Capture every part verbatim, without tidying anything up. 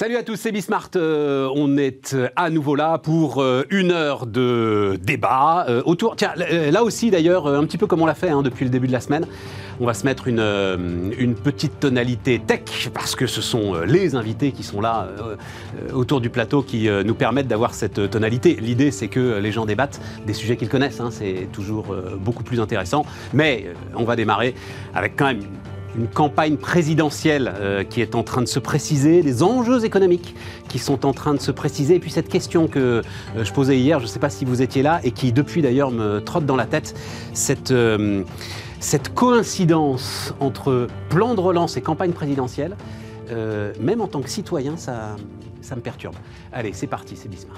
Salut à tous, c'est Bismart. Euh, on est à nouveau là pour euh, une heure de débat euh, autour. Tiens, là aussi d'ailleurs, un petit peu comme on l'a fait hein, depuis le début de la semaine, on va se mettre une, euh, une petite tonalité tech parce que ce sont euh, les invités qui sont là euh, autour du plateau qui euh, nous permettent d'avoir cette tonalité. L'idée, c'est que les gens débattent des sujets qu'ils connaissent. Hein, c'est toujours euh, beaucoup plus intéressant. Mais euh, on va démarrer avec quand même une Une campagne présidentielle euh, qui est en train de se préciser, des enjeux économiques qui sont en train de se préciser. Et puis cette question que euh, je posais hier, je ne sais pas si vous étiez là, et qui depuis d'ailleurs me trotte dans la tête, cette, euh, cette coïncidence entre plan de relance et campagne présidentielle, euh, même en tant que citoyen, ça, ça me perturbe. Allez, c'est parti, c'est Bismart.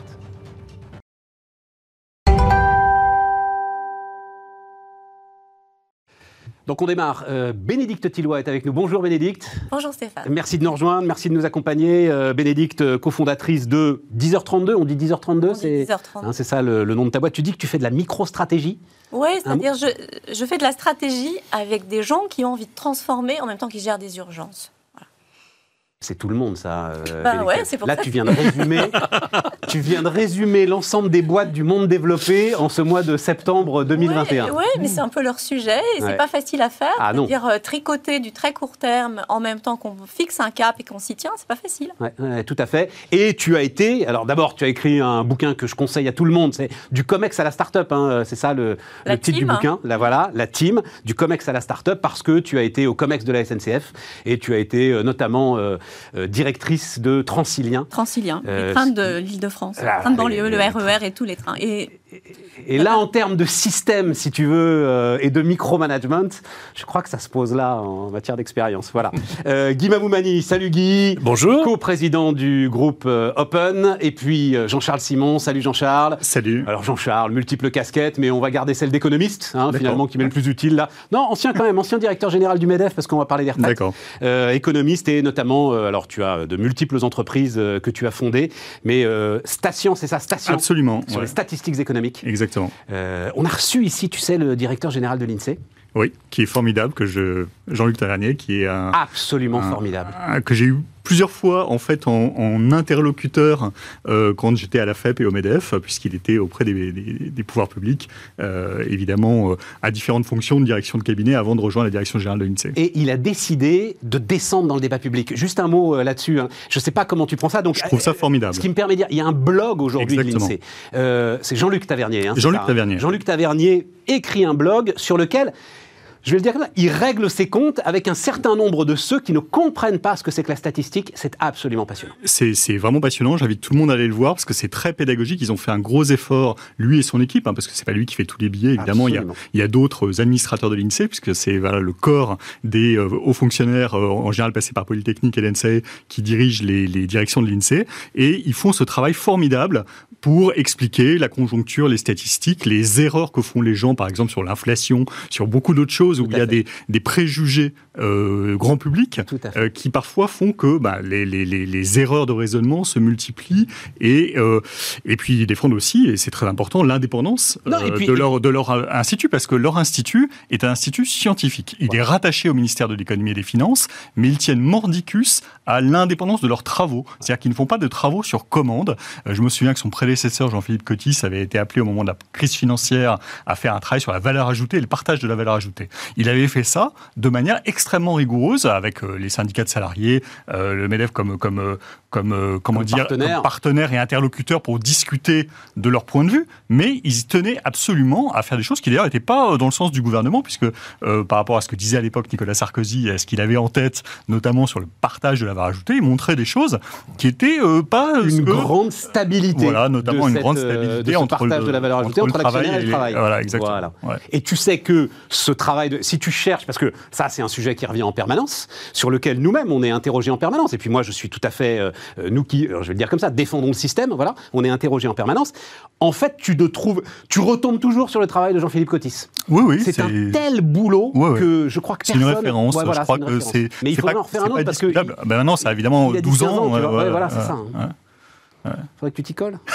Donc on démarre. Euh, Bénédicte Tilloy est avec nous. Bonjour Bénédicte. Bonjour Stéphane. Merci de nous rejoindre, merci de nous accompagner. Euh, Bénédicte, cofondatrice de dix heures trente-deux, on dit dix heures trente-deux, on c'est, dit dix heures trente-deux. Hein, c'est ça le, le nom de ta boîte. Tu dis que tu fais de la micro-stratégie. Oui, c'est-à-dire je, je fais de la stratégie avec des gens qui ont envie de transformer en même temps qu'ils gèrent des urgences. Voilà. C'est tout le monde, ça. Euh, bah ouais, c'est pour Là, ça tu viens de résumer, tu viens de résumer l'ensemble des boîtes du monde développé en ce mois de septembre deux mille vingt et un. Oui, ouais, mais c'est un peu leur sujet et Ouais. c'est pas facile à faire. Ah, non. C'est-à-dire euh, tricoter du très court terme en même temps qu'on fixe un cap et qu'on s'y tient, c'est pas facile. Ouais, ouais, tout à fait. Et tu as été, alors d'abord, tu as écrit un bouquin que je conseille à tout le monde, c'est du COMEX à la start-up, hein, c'est ça le, La le titre team. du bouquin. Là, voilà, la team, du COMEX à la start-up, parce que tu as été au COMEX de la S N C F et tu as été euh, notamment euh, euh, directrice de Transilien. Transilien, Euh, les trains de l'Île-de-France, Ah, les trains de banlieue, et- le R E R et tous les trains. Et Et là, en termes de système, si tu veux, euh, et de micromanagement, je crois que ça se pose là en matière d'expérience. Voilà. Euh, Guy Mamoumani, salut Guy. Bonjour. Co-président du groupe euh, Open. Et puis euh, Jean-Charles Simon, salut Jean-Charles. Salut. Alors Jean-Charles, multiples casquettes, mais on va garder celle d'économiste, hein, finalement, qui m'est le plus utile là. Non, ancien quand même, ancien directeur général du MEDEF, parce qu'on va parler des retraites. D'accord. Euh, économiste et notamment, euh, alors tu as de multiples entreprises euh, que tu as fondées, mais euh, Station, c'est ça, Station. Absolument. Sur Ouais. les statistiques économiques. Exactement. Euh, on a reçu ici, tu sais, le directeur général de l'INSEE. Oui, qui est formidable, que je Jean-Luc Tavernier, qui est un, Absolument un- formidable. un- que j'ai eu plusieurs fois en fait en, en interlocuteur euh, quand j'étais à la F E P et au MEDEF, puisqu'il était auprès des, des- des pouvoirs publics, euh, évidemment euh, à différentes fonctions de direction de cabinet avant de rejoindre la direction générale de l'INSEE. Et il a décidé de descendre dans le débat public. Juste un mot euh, là-dessus. Hein. Je ne sais pas comment tu prends ça. Donc, Je trouve ça euh, formidable. Ce qui me permet de dire, il y a un blog aujourd'hui de Exactement. l'INSEE. Euh, c'est Jean-Luc Tavernier. Hein, c'est Jean-Luc ça, hein. Tavernier. Jean-Luc Tavernier écrit un blog sur lequel, je vais le dire comme ça, il règle ses comptes avec un certain nombre de ceux qui ne comprennent pas ce que c'est que la statistique. C'est absolument passionnant. C'est, c'est vraiment passionnant, j'invite tout le monde à aller le voir parce que c'est très pédagogique, ils ont fait un gros effort, lui et son équipe, hein, parce que c'est pas lui qui fait tous les billets, évidemment, il y, a, Absolument. il y a d'autres administrateurs de l'INSEE, puisque c'est voilà, le corps des euh, hauts fonctionnaires, euh, en général passés par Polytechnique et l'N S A E, qui dirigent les, les directions de l'INSEE, et ils font ce travail formidable pour expliquer la conjoncture, les statistiques, les erreurs que font les gens, par exemple sur l'inflation, sur beaucoup d'autres choses, où Tout il à y a fait. des, des préjugés euh, grand public, Tout à fait. euh, qui parfois font que bah, les, les, les, les erreurs de raisonnement se multiplient et, euh, et puis ils défendent aussi, et c'est très important, l'indépendance Non, et euh, puis- de, leur, de leur euh, institut, parce que leur institut est un institut scientifique. Il Ouais. est rattaché au ministère de l'économie et des finances, mais ils tiennent mordicus à l'indépendance de leurs travaux. C'est-à-dire qu'ils ne font pas de travaux sur commande. Euh, je me souviens que son prédécesseur, Jean-Philippe Cotis, avait été appelé au moment de la crise financière à faire un travail sur la valeur ajoutée et le partage de la valeur ajoutée. Il avait fait ça de manière extrêmement rigoureuse avec euh, les syndicats de salariés, euh, le MEDEF comme, comme, euh, comme, euh, comment Comme dire, partenaire. comme partenaire et interlocuteur pour discuter de leur point de vue, mais ils y tenaient absolument à faire des choses qui d'ailleurs n'étaient pas euh, dans le sens du gouvernement, puisque euh, par rapport à ce que disait à l'époque Nicolas Sarkozy, à ce qu'il avait en tête, notamment sur le partage de la valeur ajoutée, il montrait des choses qui étaient euh, pas... euh, ce Une que- grande stabilité. Voilà, notamment de une cette, grande euh, stabilité de ce entre partage le- de la valeur ajoutée entre entre, le travail l'actionnaire et et le les- travail. voilà, exactement. Voilà. Ouais. Et tu sais que ce travail, de, si tu cherches, parce que ça c'est un sujet qui revient en permanence, sur lequel nous-mêmes on est interrogés en permanence, et puis moi je suis tout à fait, euh, nous qui, alors, je vais le dire comme ça, défendons le système, voilà, on est interrogés en permanence. En fait, tu te trouves, tu retombes toujours sur le travail de Jean-Philippe Cotis. Oui, oui. C'est un tel boulot Ouais, ouais. que je crois que C'est personne... une référence. Ouais, voilà, je crois c'est une que référence. c'est. Mais il c'est faudrait pas- en refaire un c'est autre pas parce que... discutable. Ben maintenant, ça a évidemment il a dit douze quinze ans. ans, tu vois. ouais, Ouais, ouais, voilà, c'est ouais, ça, hein. ouais. Faudrait que tu t'y colles.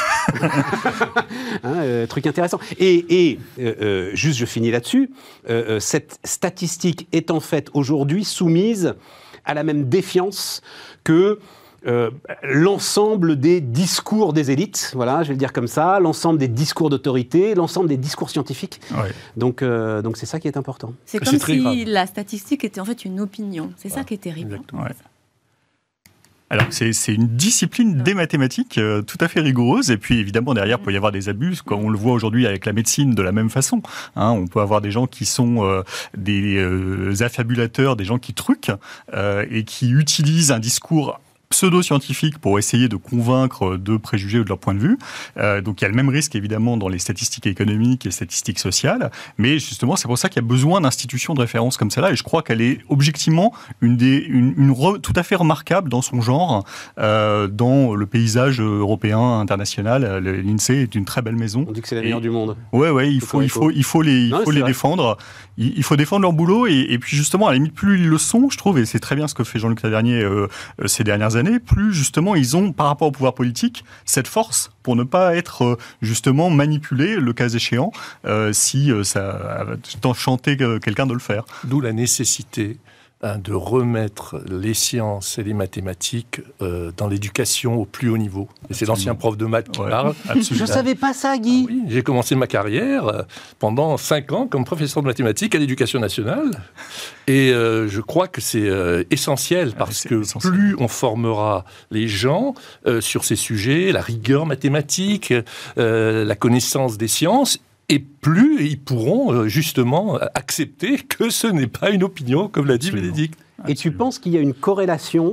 Hein, euh, truc intéressant. Et, et euh, euh, juste, je finis là-dessus. Euh, euh, cette statistique est en fait aujourd'hui soumise à la même défiance que euh, l'ensemble des discours des élites, voilà, je vais le dire comme ça, l'ensemble des discours d'autorité, l'ensemble des discours scientifiques. Ouais. Donc, euh, donc c'est ça qui est important. C'est comme c'est si grave. La statistique était en fait une opinion. C'est ouais. ça qui est terrible. Ouais. Alors, c'est, c'est une discipline des mathématiques euh, tout à fait rigoureuse. Et puis, évidemment, derrière, il peut y avoir des abus, comme on le voit aujourd'hui avec la médecine de la même façon. Hein, on peut avoir des gens qui sont euh, des euh, affabulateurs, des gens qui truquent euh, et qui utilisent un discours pseudo-scientifiques pour essayer de convaincre de préjugés ou de leur point de vue. Euh, donc il y a le même risque évidemment dans les statistiques économiques et statistiques sociales, mais justement c'est pour ça qu'il y a besoin d'institutions de référence comme celle-là, et je crois qu'elle est objectivement une des, une, une re, tout à fait remarquable dans son genre, euh, dans le paysage européen, international. L'INSEE est une très belle maison. On dit que c'est la meilleure du monde. Ouais, ouais, il faut, il faut, il faut les, il non, faut les défendre. Il, il faut défendre leur boulot, et, et puis justement, à la limite, plus ils le sont, je trouve, et c'est très bien ce que fait Jean-Luc Tavernier euh, ces dernières années, plus justement ils ont, par rapport au pouvoir politique, cette force pour ne pas être euh, justement manipulés, le cas échéant, euh, si euh, ça t'enchantait quelqu'un de le faire. D'où la nécessité hein, de remettre les sciences et les mathématiques euh, dans l'éducation au plus haut niveau. Et c'est l'ancien prof de maths qui ouais, parle. Je ne savais pas ça, Guy. Ah oui, j'ai commencé ma carrière euh, pendant cinq ans comme professeur de mathématiques à l'Éducation nationale. Et euh, je crois que c'est euh, essentiel, parce ah, que essentiel. Plus on formera les gens euh, sur ces sujets, la rigueur mathématique, euh, la connaissance des sciences, et plus ils pourront euh, justement accepter que ce n'est pas une opinion, comme l'a dit Absolument. Bénédicte. Et tu penses qu'il y a une corrélation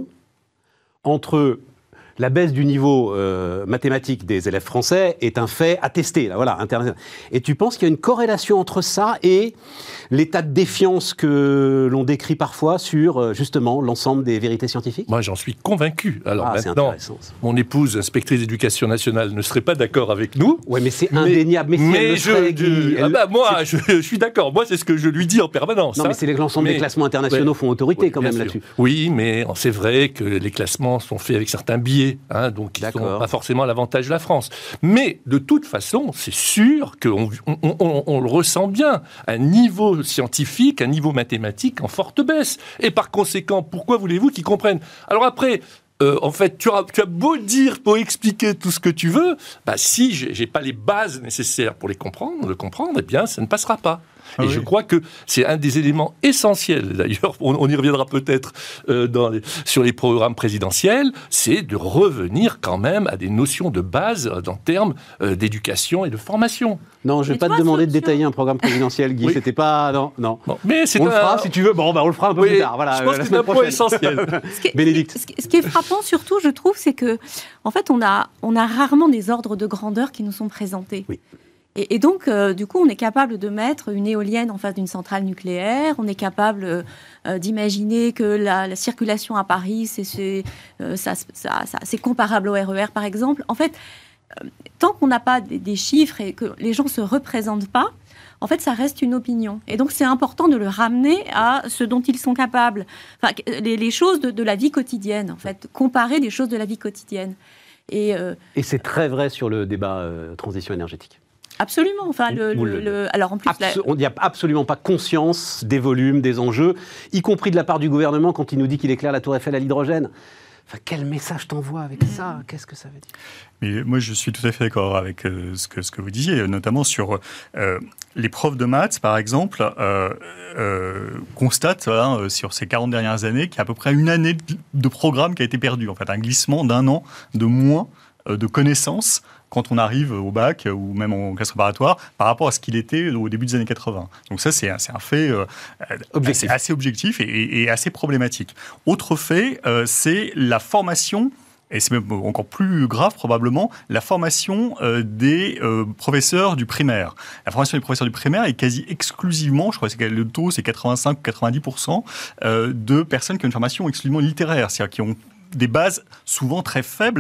entre la baisse du niveau euh, mathématique des élèves français est un fait attesté, là, voilà, international. Et tu penses qu'il y a une corrélation entre ça et l'état de défiance que l'on décrit parfois sur, euh, justement, l'ensemble des vérités scientifiques ? Moi, j'en suis convaincu. Alors ah, maintenant, mon épouse, inspectrice d'éducation nationale, ne serait pas d'accord avec nous. Oui, mais c'est indéniable. Mais, mais, si mais je, serait, je, ah bah, moi, je, je suis d'accord. Moi, c'est ce que je lui dis en permanence. Non, hein. mais c'est l'ensemble mais, des classements internationaux ouais, font autorité, oui, quand même, sûr. là-dessus. Oui, mais c'est vrai que les classements sont faits avec certains biais. Hein, donc, ils ne sont pas forcément à l'avantage de la France. Mais, de toute façon, c'est sûr qu'on on, on, on le ressent bien. Un niveau scientifique, un niveau mathématique en forte baisse. Et par conséquent, pourquoi voulez-vous qu'ils comprennent ? Alors après... Euh, en fait, tu as, tu as beau dire, pour expliquer tout ce que tu veux, bah, si je n'ai pas les bases nécessaires pour les comprendre, le comprendre, eh bien, ça ne passera pas. Ah et oui. je crois que c'est un des éléments essentiels, d'ailleurs, on, on y reviendra peut-être euh, dans les, sur les programmes présidentiels, c'est de revenir quand même à des notions de base en termes euh, d'éducation et de formation. Non, je ne vais pas te demander de détailler un programme présidentiel, Guy. Oui. C'était pas... Non, non. Bon, mais c'est on un... le fera, si tu veux. Bon, bah, on le fera un peu oui, plus tard. Voilà, je pense que c'est un point essentiel. Ce qui est, Bénédicte. Ce qui est frappant, surtout, je trouve, c'est que, en fait, on a, on a rarement des ordres de grandeur qui nous sont présentés. Oui. Et, et donc, euh, du coup, on est capable de mettre une éolienne en face d'une centrale nucléaire. On est capable euh, d'imaginer que la, la circulation à Paris, c'est, c'est, euh, ça, ça, ça, c'est comparable au R E R, par exemple. En fait, euh, tant qu'on n'a pas des, des chiffres et que les gens ne se représentent pas, en fait, ça reste une opinion. Et donc, c'est important de le ramener à ce dont ils sont capables. Enfin, les, les choses de, de la vie quotidienne, en fait. Comparer des choses de la vie quotidienne. Et, euh, et c'est très vrai sur le débat euh, transition énergétique. Absolument. Enfin, le, le, le, alors en plus, Abso- la... il n'y a absolument pas conscience des volumes, des enjeux, y compris de la part du gouvernement quand il nous dit qu'il éclaire la Tour Eiffel à l'hydrogène. Enfin, quel message t'envoie avec ça ? Qu'est-ce que ça veut dire ? Mais moi, je suis tout à fait d'accord avec euh, ce, que, ce que vous disiez, notamment sur euh, les profs de maths, par exemple, euh, euh, constatent hein, sur ces quarante dernières années qu'il y a à peu près une année de, de programme qui a été perdue. En fait, un glissement d'un an de moins euh, de connaissances quand on arrive au bac ou même en classe préparatoire par rapport à ce qu'il était au début des années quatre-vingts. Donc ça, c'est un, c'est un fait euh, objectif. Assez, assez objectif et, et assez problématique. Autre fait, euh, c'est la formation, et c'est même encore plus grave probablement, la formation euh, des euh, professeurs du primaire. La formation des professeurs du primaire est quasi exclusivement, je crois que le taux c'est quatre-vingt-cinq ou quatre-vingt-dix pour cent euh, de personnes qui ont une formation exclusivement littéraire, c'est-à-dire qui ont des bases souvent très faibles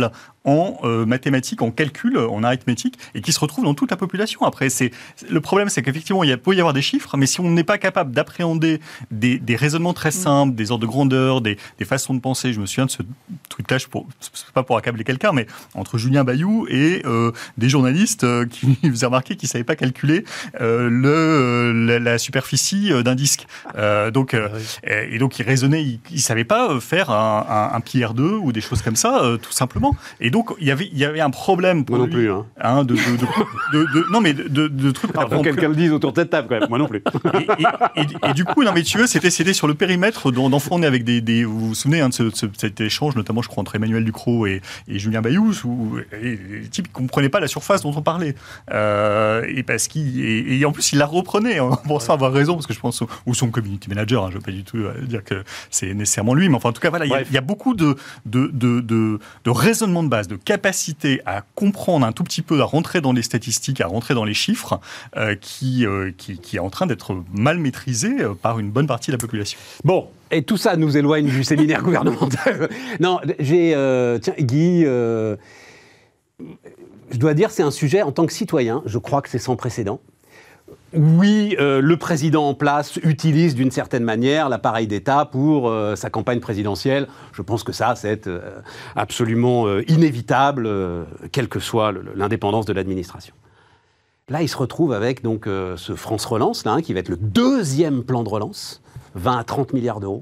en euh, mathématiques, en calcul, en arithmétique, et qui se retrouvent dans toute la population. Après, c'est, le problème, c'est qu'effectivement, il peut y avoir des chiffres, mais si on n'est pas capable d'appréhender des, des raisonnements très simples, des ordres de grandeur, des, des façons de penser, je me souviens de ce truc-là, je pour, c'est pas pour accabler quelqu'un, mais entre Julien Bayou et euh, des journalistes euh, qui faisaient remarquer qu'ils ne savaient pas calculer euh, le, euh, la, la superficie d'un disque. Euh, donc, euh, et, et donc, ils raisonnaient, ils ne savaient pas faire un, un, un pi R deux ou des choses comme ça, euh, tout simplement. Et donc, il y avait, il y avait un problème pour Moi lui, non plus. Hein. Hein, de, de, de, de, de, non, mais de, de, de trucs... Après, quelqu'un le dise autour de cette table, quand même. Moi non plus. Et, et, et, et du coup, non, mais tu veux, c'était, c'était sur le périmètre d'enfants nés avec des, des... Vous vous souvenez hein, de, ce, de ce, cet échange, notamment, je crois, entre Emmanuel Ducrot et, et Julien Bayou, où et, les types ne comprenaient pas la surface dont on parlait. Euh, et, parce qu'il, et, et en plus, il la reprenait en pensant avoir raison, parce que je pense... Ou son community manager, hein, je ne veux pas du tout dire que c'est nécessairement lui, mais enfin, en tout cas, voilà, il y, a, il y a beaucoup de, de, de, de, de raisonnement de base, de capacité à comprendre un tout petit peu, à rentrer dans les statistiques, à rentrer dans les chiffres, euh, qui, euh, qui, qui est en train d'être mal maîtrisé euh, par une bonne partie de la population. Bon, et tout ça nous éloigne du séminaire gouvernemental. Non, j'ai... Euh, tiens, Guy... Euh, je dois dire, c'est un sujet, en tant que citoyen, je crois que c'est sans précédent. Oui, euh, le président en place utilise d'une certaine manière l'appareil d'État pour euh, sa campagne présidentielle. Je pense que ça, c'est euh, absolument euh, inévitable, euh, quelle que soit le, l'indépendance de l'administration. Là, il se retrouve avec donc, euh, ce France Relance, là, hein, qui va être le deuxième plan de relance, vingt à trente milliards d'euros.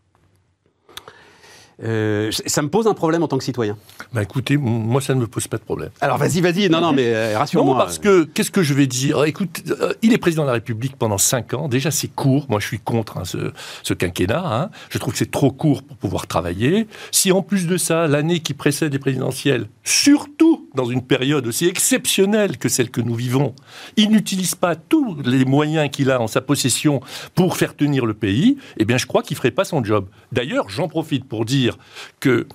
Euh, ça me pose un problème en tant que citoyen. Bah écoutez, moi ça ne me pose pas de problème. Alors vas-y, vas-y, non, non, mais euh, rassure-moi. Non, parce que, qu'est-ce que je vais dire ? Écoute, euh, il est président de la République pendant cinq ans, déjà c'est court, moi je suis contre hein, ce, ce quinquennat, hein. Je trouve que c'est trop court pour pouvoir travailler. Si en plus de ça, l'année qui précède les présidentielles, surtout dans une période aussi exceptionnelle que celle que nous vivons, il n'utilise pas tous les moyens qu'il a en sa possession pour faire tenir le pays, eh bien je crois qu'il ne ferait pas son job. D'ailleurs, j'en profite pour dire que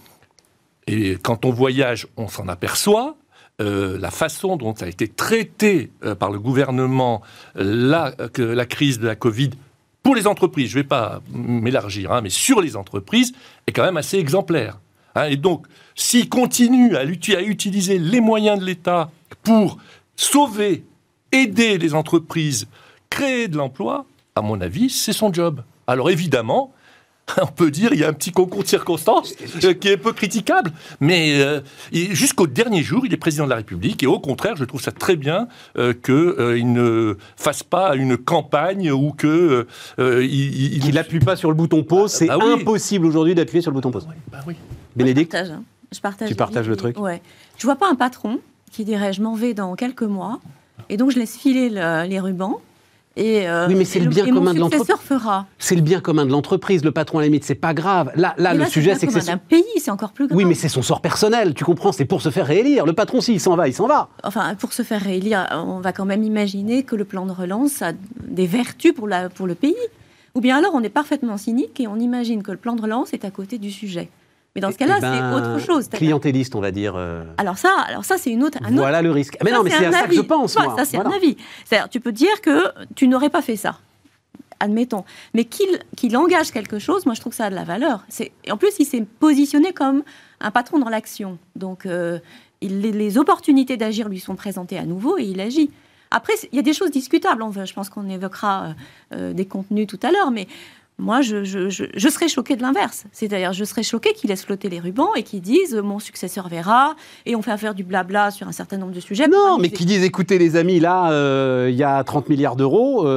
et quand on voyage, on s'en aperçoit, euh, la façon dont a été traitée euh, par le gouvernement la, que la crise de la Covid pour les entreprises, je ne vais pas m'élargir, hein, mais sur les entreprises, est quand même assez exemplaire. Hein, et donc, s'il continue à, à utiliser les moyens de l'État pour sauver, aider les entreprises, créer de l'emploi, à mon avis, c'est son job. Alors évidemment, on peut dire qu'il y a un petit concours de circonstances euh, qui est un peu critiquable, mais euh, jusqu'au dernier jour, il est président de la République, et au contraire, je trouve ça très bien euh, qu'il euh, ne fasse pas une campagne ou que... Euh, il, il, qu'il n'appuie pas sur le bouton pause, c'est bah oui. impossible aujourd'hui d'appuyer sur le bouton pause. Bah oui, bah oui. Bénédicte, je partage, hein. je partage tu partages le truc ouais. Je ne vois pas un patron qui dirait « je m'en vais dans quelques mois », et donc je laisse filer le, les rubans. Et euh, oui, mais c'est le bien et commun de l'entreprise. Fera. C'est le bien commun de l'entreprise. Le patron, à la limite, c'est pas grave. Là, là, là le sujet, c'est que c'est son... d'un pays, c'est encore plus grave. Oui, mais c'est son sort personnel. Tu comprends ? C'est pour se faire réélire. Le patron, s'il s'en va, il s'en va. Enfin, pour se faire réélire, on va quand même imaginer que le plan de relance a des vertus pour la pour le pays. Ou bien alors, on est parfaitement cynique et on imagine que le plan de relance est à côté du sujet. Mais dans ce cas-là, eh ben, c'est autre chose. Clientéliste, on va dire. Euh... Alors ça, alors ça, c'est une autre. Un voilà autre... le risque. Mais ça, non, mais c'est, c'est à ça que je pense. Moi, moi. Ça, c'est voilà. un avis. C'est-à-dire, tu peux dire que tu n'aurais pas fait ça, admettons. Mais qu'il, qu'il engage quelque chose, moi, je trouve que ça a de la valeur. C'est... Et en plus, il s'est positionné comme un patron dans l'action. Donc, euh, il, les, les opportunités d'agir lui sont présentées à nouveau et il agit. Après, il y a des choses discutables. On veut, je pense qu'on évoquera euh, des contenus tout à l'heure, mais moi, je, je, je, je serais choquée de l'inverse. C'est-à-dire, je serais choquée qu'ils laissent flotter les rubans et qu'ils disent « mon successeur verra » et on fait faire du blabla sur un certain nombre de sujets. Non, mais qu'ils disent « écoutez les amis, là, il euh, y a trente milliards d'euros euh, »,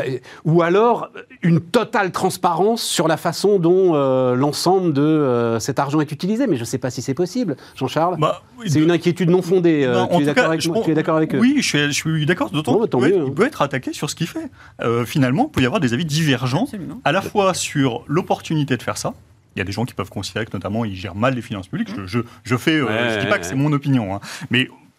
ou alors une totale transparence sur la façon dont euh, l'ensemble de euh, cet argent est utilisé. Mais je ne sais pas si c'est possible, Jean-Charles. Bah, oui, c'est de... une inquiétude non fondée. Euh, bah, tu, es d'accord cas, avec, je, tu es d'accord avec eux ? Oui, je suis, je suis d'accord. D'autant bon, bah, qu'il peut, être, hein. il peut être attaqué sur ce qu'il fait. Euh, finalement, il peut y avoir des avis divergents. Absolument. À la fois sur l'opportunité de faire ça. Il y a des gens qui peuvent considérer que, notamment, il gère mal les finances publiques. Je, je, je fais, euh, ouais, je dis pas que c'est mon opinion, hein, mais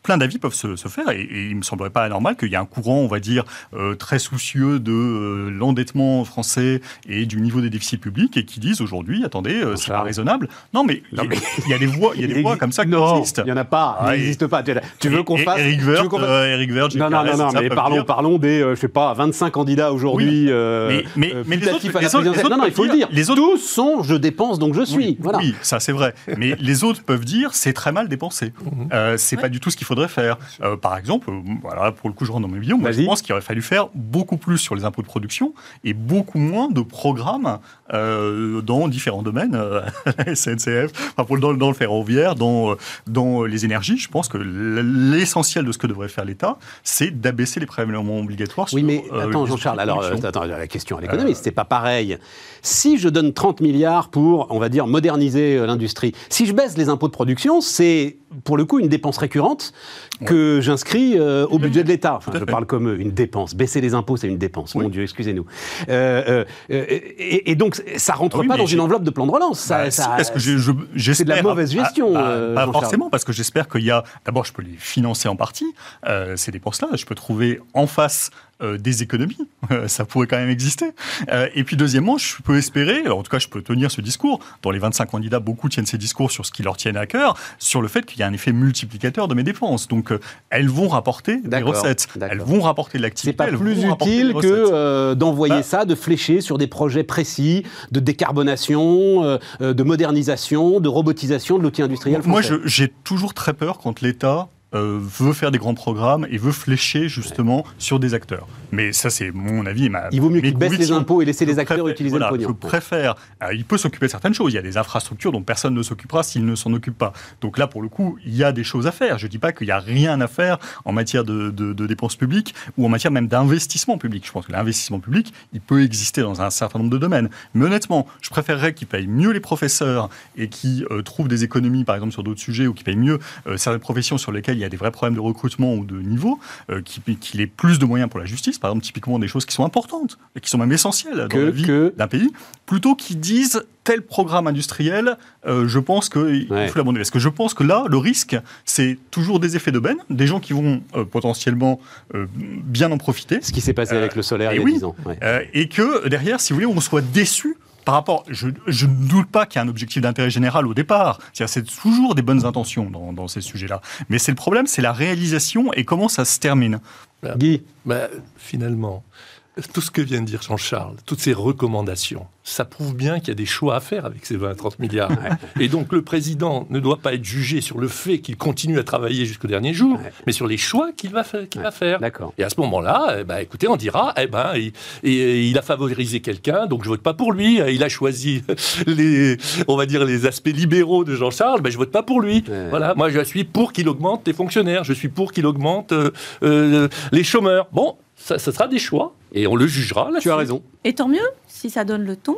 plein d'avis peuvent se, se faire, et, et il ne me semblerait pas anormal qu'il y ait un courant, on va dire, euh, très soucieux de euh, l'endettement français et du niveau des déficits publics, et qui disent aujourd'hui, attendez, euh, c'est pas raisonnable. Non, mais il y, y a des voix, il y a des voix comme ça qui non, existent. Il n'y en a pas, ah, il n'existe pas. Tu, tu veux qu'on fasse... Eric Woerth, euh, Eric Woerth, non, non, non, non, mais parlons, parlons des, euh, je sais pas, vingt-cinq candidats aujourd'hui. Oui, euh, mais, mais, euh, mais les autres, à la les autres, les autres non, non, il faut le dire. Les autres, tous sont, je dépense, donc je suis. Oui, voilà. oui, ça c'est vrai. Mais les autres peuvent dire, c'est très mal dépensé. Mmh. Euh, c'est ouais. pas du tout ce qu'il faudrait faire. Euh, par exemple, euh, voilà, pour le coup, je rentre dans mes millions. Moi, je pense qu'il aurait fallu faire beaucoup plus sur les impôts de production et beaucoup moins de programmes euh, dans différents domaines, euh, la S N C F, enfin, pour, dans, dans le ferroviaire, dans, dans les énergies. Je pense que l'essentiel de ce que devrait faire l'État, c'est d'abaisser les prélèvements obligatoires. Oui, sur, mais euh, attends, Jean-Charles, alors euh, attends, la question à l'économiste, euh... c'est pas pareil. Si je donne trente milliards pour, on va dire, moderniser l'industrie, si je baisse les impôts de production, c'est pour le coup une dépense récurrente que ouais. j'inscris euh, au budget de l'État. Enfin, je parle comme une dépense. Baisser les impôts, c'est une dépense. Oui. Mon Dieu, excusez-nous. Euh, euh, et, et donc, ça rentre oui, pas dans une enveloppe de plan de relance. Ça, bah, ça, si, parce que je, je, c'est de la mauvaise gestion. Ah, bah, euh, pas forcément, parce que j'espère qu'il y a... D'abord, je peux les financer en partie, euh, ces dépenses-là. Je peux trouver en face... Euh, des économies, euh, ça pourrait quand même exister. Euh, et puis deuxièmement, je peux espérer, alors en tout cas je peux tenir ce discours, dans les vingt-cinq candidats, beaucoup tiennent ces discours sur ce qui leur tienne à cœur, sur le fait qu'il y a un effet multiplicateur de mes dépenses. Donc euh, elles vont rapporter des recettes, elles vont rapporter de l'activité. C'est pas plus utile que euh, d'envoyer bah, ça, de flécher sur des projets précis de décarbonation, euh, de modernisation, de robotisation de l'outil industriel français. Moi, je, j'ai toujours très peur quand l'État Euh, veut faire des grands programmes et veut flécher justement ouais. sur des acteurs. Mais ça, c'est mon avis et ma... Il vaut mieux qu'il baisse les impôts et laisser les acteurs préfère, utiliser voilà, le pognon. Je préfère... Euh, il peut s'occuper de certaines choses. Il y a des infrastructures dont personne ne s'occupera s'il ne s'en occupe pas. Donc là, pour le coup, il y a des choses à faire. Je ne dis pas qu'il n'y a rien à faire en matière de, de, de dépenses publiques ou en matière même d'investissement public. Je pense que l'investissement public, il peut exister dans un certain nombre de domaines. Mais honnêtement, je préférerais qu'ils payent mieux les professeurs et qu'ils euh, trouvent des économies, par exemple, sur d'autres sujets, ou qu'ils payent mieux euh, certaines professions sur lesquelles il y a des vrais problèmes de recrutement ou de niveau, euh, qu'il ait plus de moyens pour la justice, par exemple, typiquement des choses qui sont importantes, et qui sont même essentielles que, dans la vie que... d'un pays, plutôt qu'ils disent tel programme industriel, euh, je pense qu'il ouais. faut l'abandonner. Parce que je pense que là, le risque, c'est toujours des effets d'aubaine, des gens qui vont euh, potentiellement euh, bien en profiter. Ce qui s'est passé euh, avec le solaire il y a oui, dix ans. Ouais. Euh, et que derrière, si vous voulez, on soit déçu par rapport, je, je ne doute pas qu'il y a un objectif d'intérêt général au départ. C'est-à-dire, c'est toujours des bonnes intentions dans, dans ces sujets-là. Mais c'est le problème, c'est la réalisation et comment ça se termine. Bah, Guy, bah, finalement, tout ce que vient de dire Jean-Charles, toutes ces recommandations, ça prouve bien qu'il y a des choix à faire avec ces vingt à trente milliards. Ouais. Et donc, le président ne doit pas être jugé sur le fait qu'il continue à travailler jusqu'au dernier jour, ouais. mais sur les choix qu'il va, fa- qu'il ouais. va faire. D'accord. Et à ce moment-là, eh ben, écoutez, on dira, eh ben, il, il, il a favorisé quelqu'un, donc je vote pas pour lui. Il a choisi les, on va dire, les aspects libéraux de Jean-Charles, ben, je vote pas pour lui. Ouais. Voilà. Moi, je suis pour qu'il augmente les fonctionnaires. Je suis pour qu'il augmente euh, euh, les chômeurs. Bon, ça, ça sera des choix. Et on le jugera là-dessus. Tu as raison. Et tant mieux, si ça donne le ton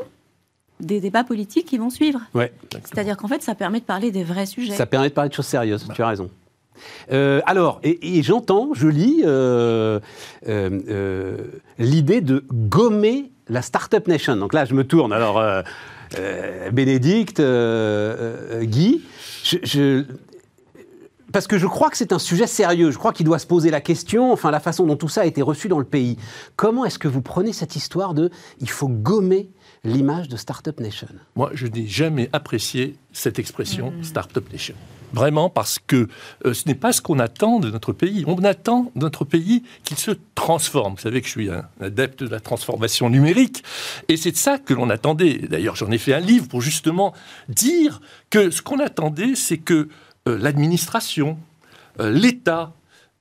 des débats politiques qui vont suivre. Ouais. C'est-à-dire qu'en fait, ça permet de parler des vrais sujets. Ça permet de parler de choses sérieuses, bah. Tu as raison. Euh, alors, et, et j'entends, je lis euh, euh, euh, l'idée de gommer la Startup Nation. Donc là, je me tourne. Alors, euh, euh, Bénédicte, euh, euh, Guy, je... je Parce que je crois que c'est un sujet sérieux. Je crois qu'il doit se poser la question, enfin la façon dont tout ça a été reçu dans le pays. Comment est-ce que vous prenez cette histoire de « il faut gommer l'image de Startup Nation » ? Moi, je n'ai jamais apprécié cette expression mmh. Startup Nation. Vraiment, parce que euh, ce n'est pas ce qu'on attend de notre pays. On attend de notre pays qu'il se transforme. Vous savez que je suis un adepte de la transformation numérique, et c'est de ça que l'on attendait. D'ailleurs, j'en ai fait un livre pour justement dire que ce qu'on attendait, c'est que Euh, l'administration, euh, l'État,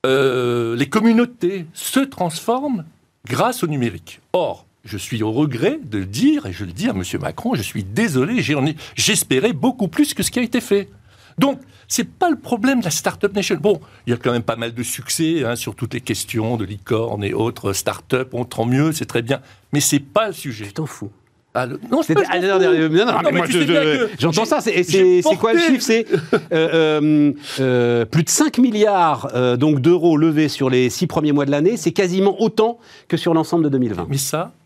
euh, les communautés se transforment grâce au numérique. Or, je suis au regret de le dire, et je le dis à M. Macron, je suis désolé, j'ai, j'espérais beaucoup plus que ce qui a été fait. Donc, c'est pas le problème de la Startup Nation. Bon, il y a quand même pas mal de succès hein, sur toutes les questions de licorne et autres start-up, on tant mieux, c'est très bien, mais c'est pas le sujet. Tu t'en fous. Ah, le... Non, c'est... Ah, non, non, non, non, non, moi, je, je, j'entends ça. C'est, c'est, c'est quoi le chiffre ? C'est euh, euh, euh, plus de cinq milliards euh, donc, d'euros levés sur les six premiers mois de l'année. C'est quasiment autant que sur l'ensemble de deux mille vingt. Mais ça,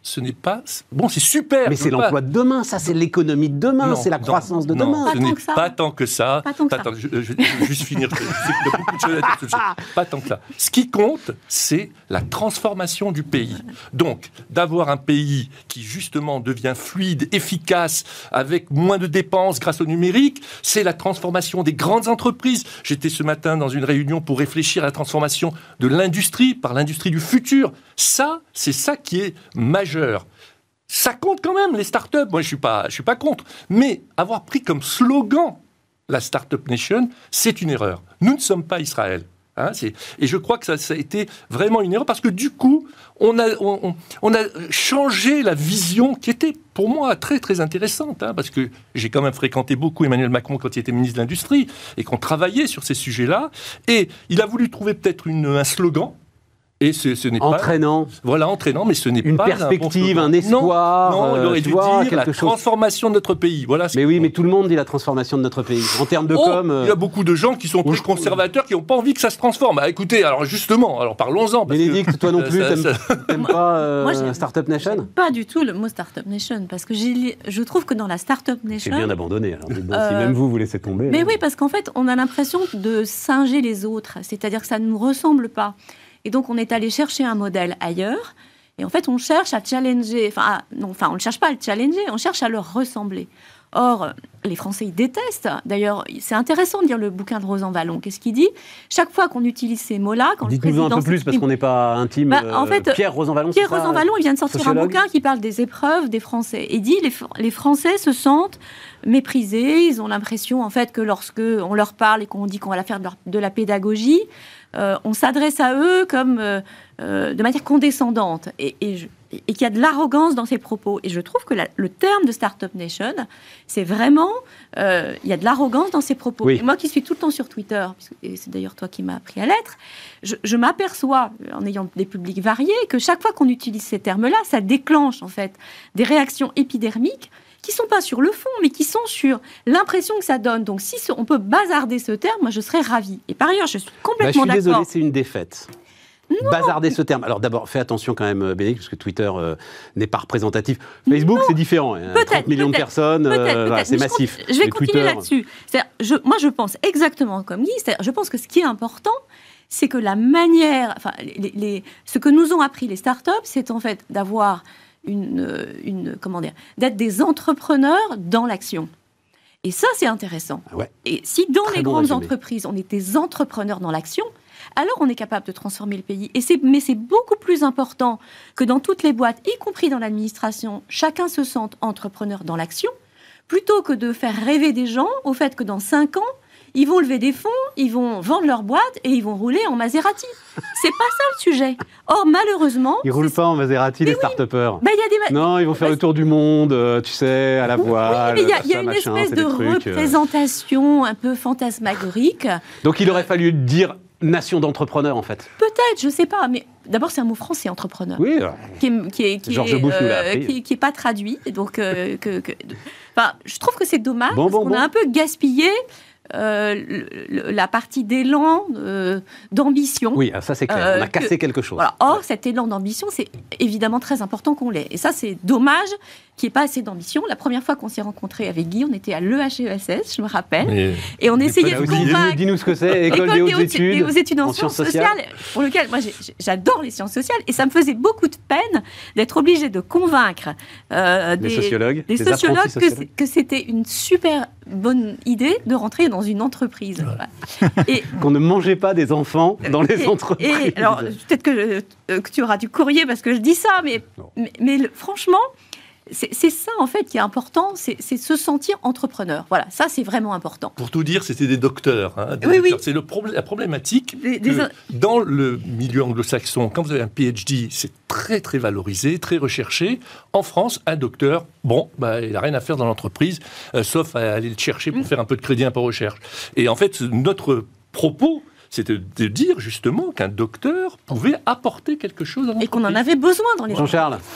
ce n'est pas... Bon, c'est super. Mais c'est l'emploi de demain, ça, c'est l'économie de demain, non, c'est la croissance non, de demain. Non, ce n'est pas tant que ça. Pas tant que Attends, ça. je, je, je vais juste finir. Je sais qu'il y a beaucoup de choses à dire. Pas tant que ça. Ce qui compte, c'est la transformation du pays. Donc, d'avoir un pays qui, justement, devient fluide, efficace, avec moins de dépenses grâce au numérique, c'est la transformation des grandes entreprises. J'étais ce matin dans une réunion pour réfléchir à la transformation de l'industrie par l'industrie du futur. Ça, c'est ça qui est majeur. Ça compte quand même, les startups. Moi, je ne suis pas, je suis pas contre. Mais avoir pris comme slogan la Startup Nation, c'est une erreur. Nous ne sommes pas Israël. Hein, c'est... Et je crois que ça, ça a été vraiment une erreur parce que du coup, on a, on, on a changé la vision qui était pour moi très très intéressante. Hein, parce que j'ai quand même fréquenté beaucoup Emmanuel Macron quand il était ministre de l'Industrie et qu'on travaillait sur ces sujets-là. Et il a voulu trouver peut-être une, un slogan. Et ce, ce n'est entraînant. Pas, voilà, entraînant, mais ce n'est une pas perspective, un, bon un espoir. Non, non, il aurait euh, dû vois, dire la chose. transformation de notre pays. Voilà. Mais oui, mais tout le monde dit la transformation de notre pays. En termes de oh, com, euh... il y a beaucoup de gens qui sont très conservateurs, qui n'ont pas envie que ça se transforme. Ah, écoutez, alors justement, alors parlons-en. Bénédicte, que, toi non plus, ça, t'aimes, ça... t'aimes pas euh, Moi, Startup Nation? Pas du tout le mot Startup Nation, parce que j'ai, je trouve que dans la Startup Nation, c'est bien d'abandonner. Alors, bon, euh... si même vous vous laissez tomber. Mais hein. oui, parce qu'en fait, on a l'impression de singer les autres, c'est-à-dire que ça ne nous ressemble pas. Et donc, on est allé chercher un modèle ailleurs. Et en fait, on cherche à challenger. Enfin, à, non, enfin, on ne cherche pas à le challenger, on cherche à leur ressembler. Or, les Français, ils détestent. D'ailleurs, c'est intéressant de lire le bouquin de Rosan Vallon. Qu'est-ce qu'il dit? Chaque fois qu'on utilise ces mots-là, quand Dites-nous le président un peu plus, parce qu'on n'est pas intime. Bah, en fait, Pierre Rosan Vallon, Pierre Rosan Vallon, il vient de sortir sociologue. un bouquin qui parle des épreuves des Français. Il dit les, les Français se sentent méprisés. Ils ont l'impression, en fait, que lorsque on leur parle et qu'on dit qu'on va faire de, leur, de la pédagogie, euh, on s'adresse à eux comme euh, euh, de manière condescendante et, et, je, et qu'il y a de l'arrogance dans ces propos. Et je trouve que la, le terme de Startup Nation, c'est vraiment euh, il y a de l'arrogance dans ces propos. Oui. Et moi qui suis tout le temps sur Twitter, et c'est d'ailleurs toi qui m'as appris à l'être, je, je m'aperçois, en ayant des publics variés, que chaque fois qu'on utilise ces termes-là, ça déclenche en fait des réactions épidermiques qui ne sont pas sur le fond, mais qui sont sur l'impression que ça donne. Donc, si on peut bazarder ce terme, moi, je serais ravie. Et par ailleurs, je suis complètement bah, je suis d'accord. désolé, c'est une défaite. Non. Bazarder ce terme. Alors d'abord, fais attention quand même, Bénédicte, parce que Twitter euh, n'est pas représentatif. Facebook, non. c'est différent. Peut-être, trente millions de personnes, peut-être, euh, peut-être. Voilà, c'est je massif. Je vais Les continuer Twitter... là-dessus. Je, moi, je pense exactement comme Guy. Je pense que ce qui est important, c'est que la manière... Enfin, les, les, ce que nous ont appris les startups, c'est en fait d'avoir... Une, une, comment dire, d'être des entrepreneurs dans l'action. Et ça, c'est intéressant. Ah ouais. Et si dans Très les bon grandes résumé. entreprises, on est des entrepreneurs dans l'action, alors on est capable de transformer le pays. Et c'est, mais c'est beaucoup plus important que dans toutes les boîtes, y compris dans l'administration, chacun se sente entrepreneur dans l'action, plutôt que de faire rêver des gens au fait que dans cinq ans, ils vont lever des fonds, ils vont vendre leur boîte et ils vont rouler en Maserati. C'est pas ça le sujet. Or, malheureusement... Ils roulent pas en Maserati, mais les oui. start-upers. Bah, y a des... Non, ils vont faire bah, le tour du monde, euh, tu sais, à la voile. Oui, mais il y a, y a ça, une machin, espèce de trucs, représentation euh... un peu fantasmagorique. Donc, il aurait fallu dire nation d'entrepreneurs, en fait. Peut-être, je sais pas, mais d'abord, c'est un mot français, entrepreneur. Oui. Qui est, qui est, qui Georges est, Bush nous l'a euh, appris. qui, qui est pas traduit. Donc, euh, que, que... Enfin, je trouve que c'est dommage, bon, parce bon, qu'on bon. a un peu gaspillé Euh, le, le, la partie d'élan, euh, d'ambition. Oui, ça c'est clair, on a euh, cassé que, quelque chose. Voilà. Or, ouais. cet élan d'ambition, c'est évidemment très important qu'on l'ait. Et ça, c'est dommage qu'il n'y ait pas assez d'ambition. La première fois qu'on s'est rencontrés avec Guy, on était à l'E H E S S, je me rappelle, mais, et on essayait de convaincre... Dis-nous ce que c'est, École des hautes études, aux études en, en sciences sociales, sociales, pour lequel, moi, j'ai, j'adore les sciences sociales, et ça me faisait beaucoup de peine d'être obligée de convaincre euh, des, des sociologues, des des sociologues que, sociologues. que c'était une super bonne idée de rentrer dans une entreprise. Ouais. Et qu'on ne mangeait pas des enfants dans les et, entreprises. Et alors, peut-être que, euh, que tu auras du courrier parce que je dis ça, mais, mais, mais le, franchement, c'est, c'est ça en fait qui est important, c'est, c'est se sentir entrepreneur. Voilà, ça c'est vraiment important. Pour tout dire, c'était des docteurs. Hein, des oui, docteurs. oui. C'est le problème, la problématique des, que des... dans le milieu anglo-saxon, quand vous avez un P H D, c'est très très valorisé, très recherché. En France, un docteur, bon, bah, il n'a rien à faire dans l'entreprise, euh, sauf à aller le chercher pour mmh. faire un peu de crédit impôt recherche. Et en fait, notre propos, c'est de, de dire justement qu'un docteur pouvait apporter quelque chose à l'entreprise. Et qu'on en avait besoin dans les Jean-Charles.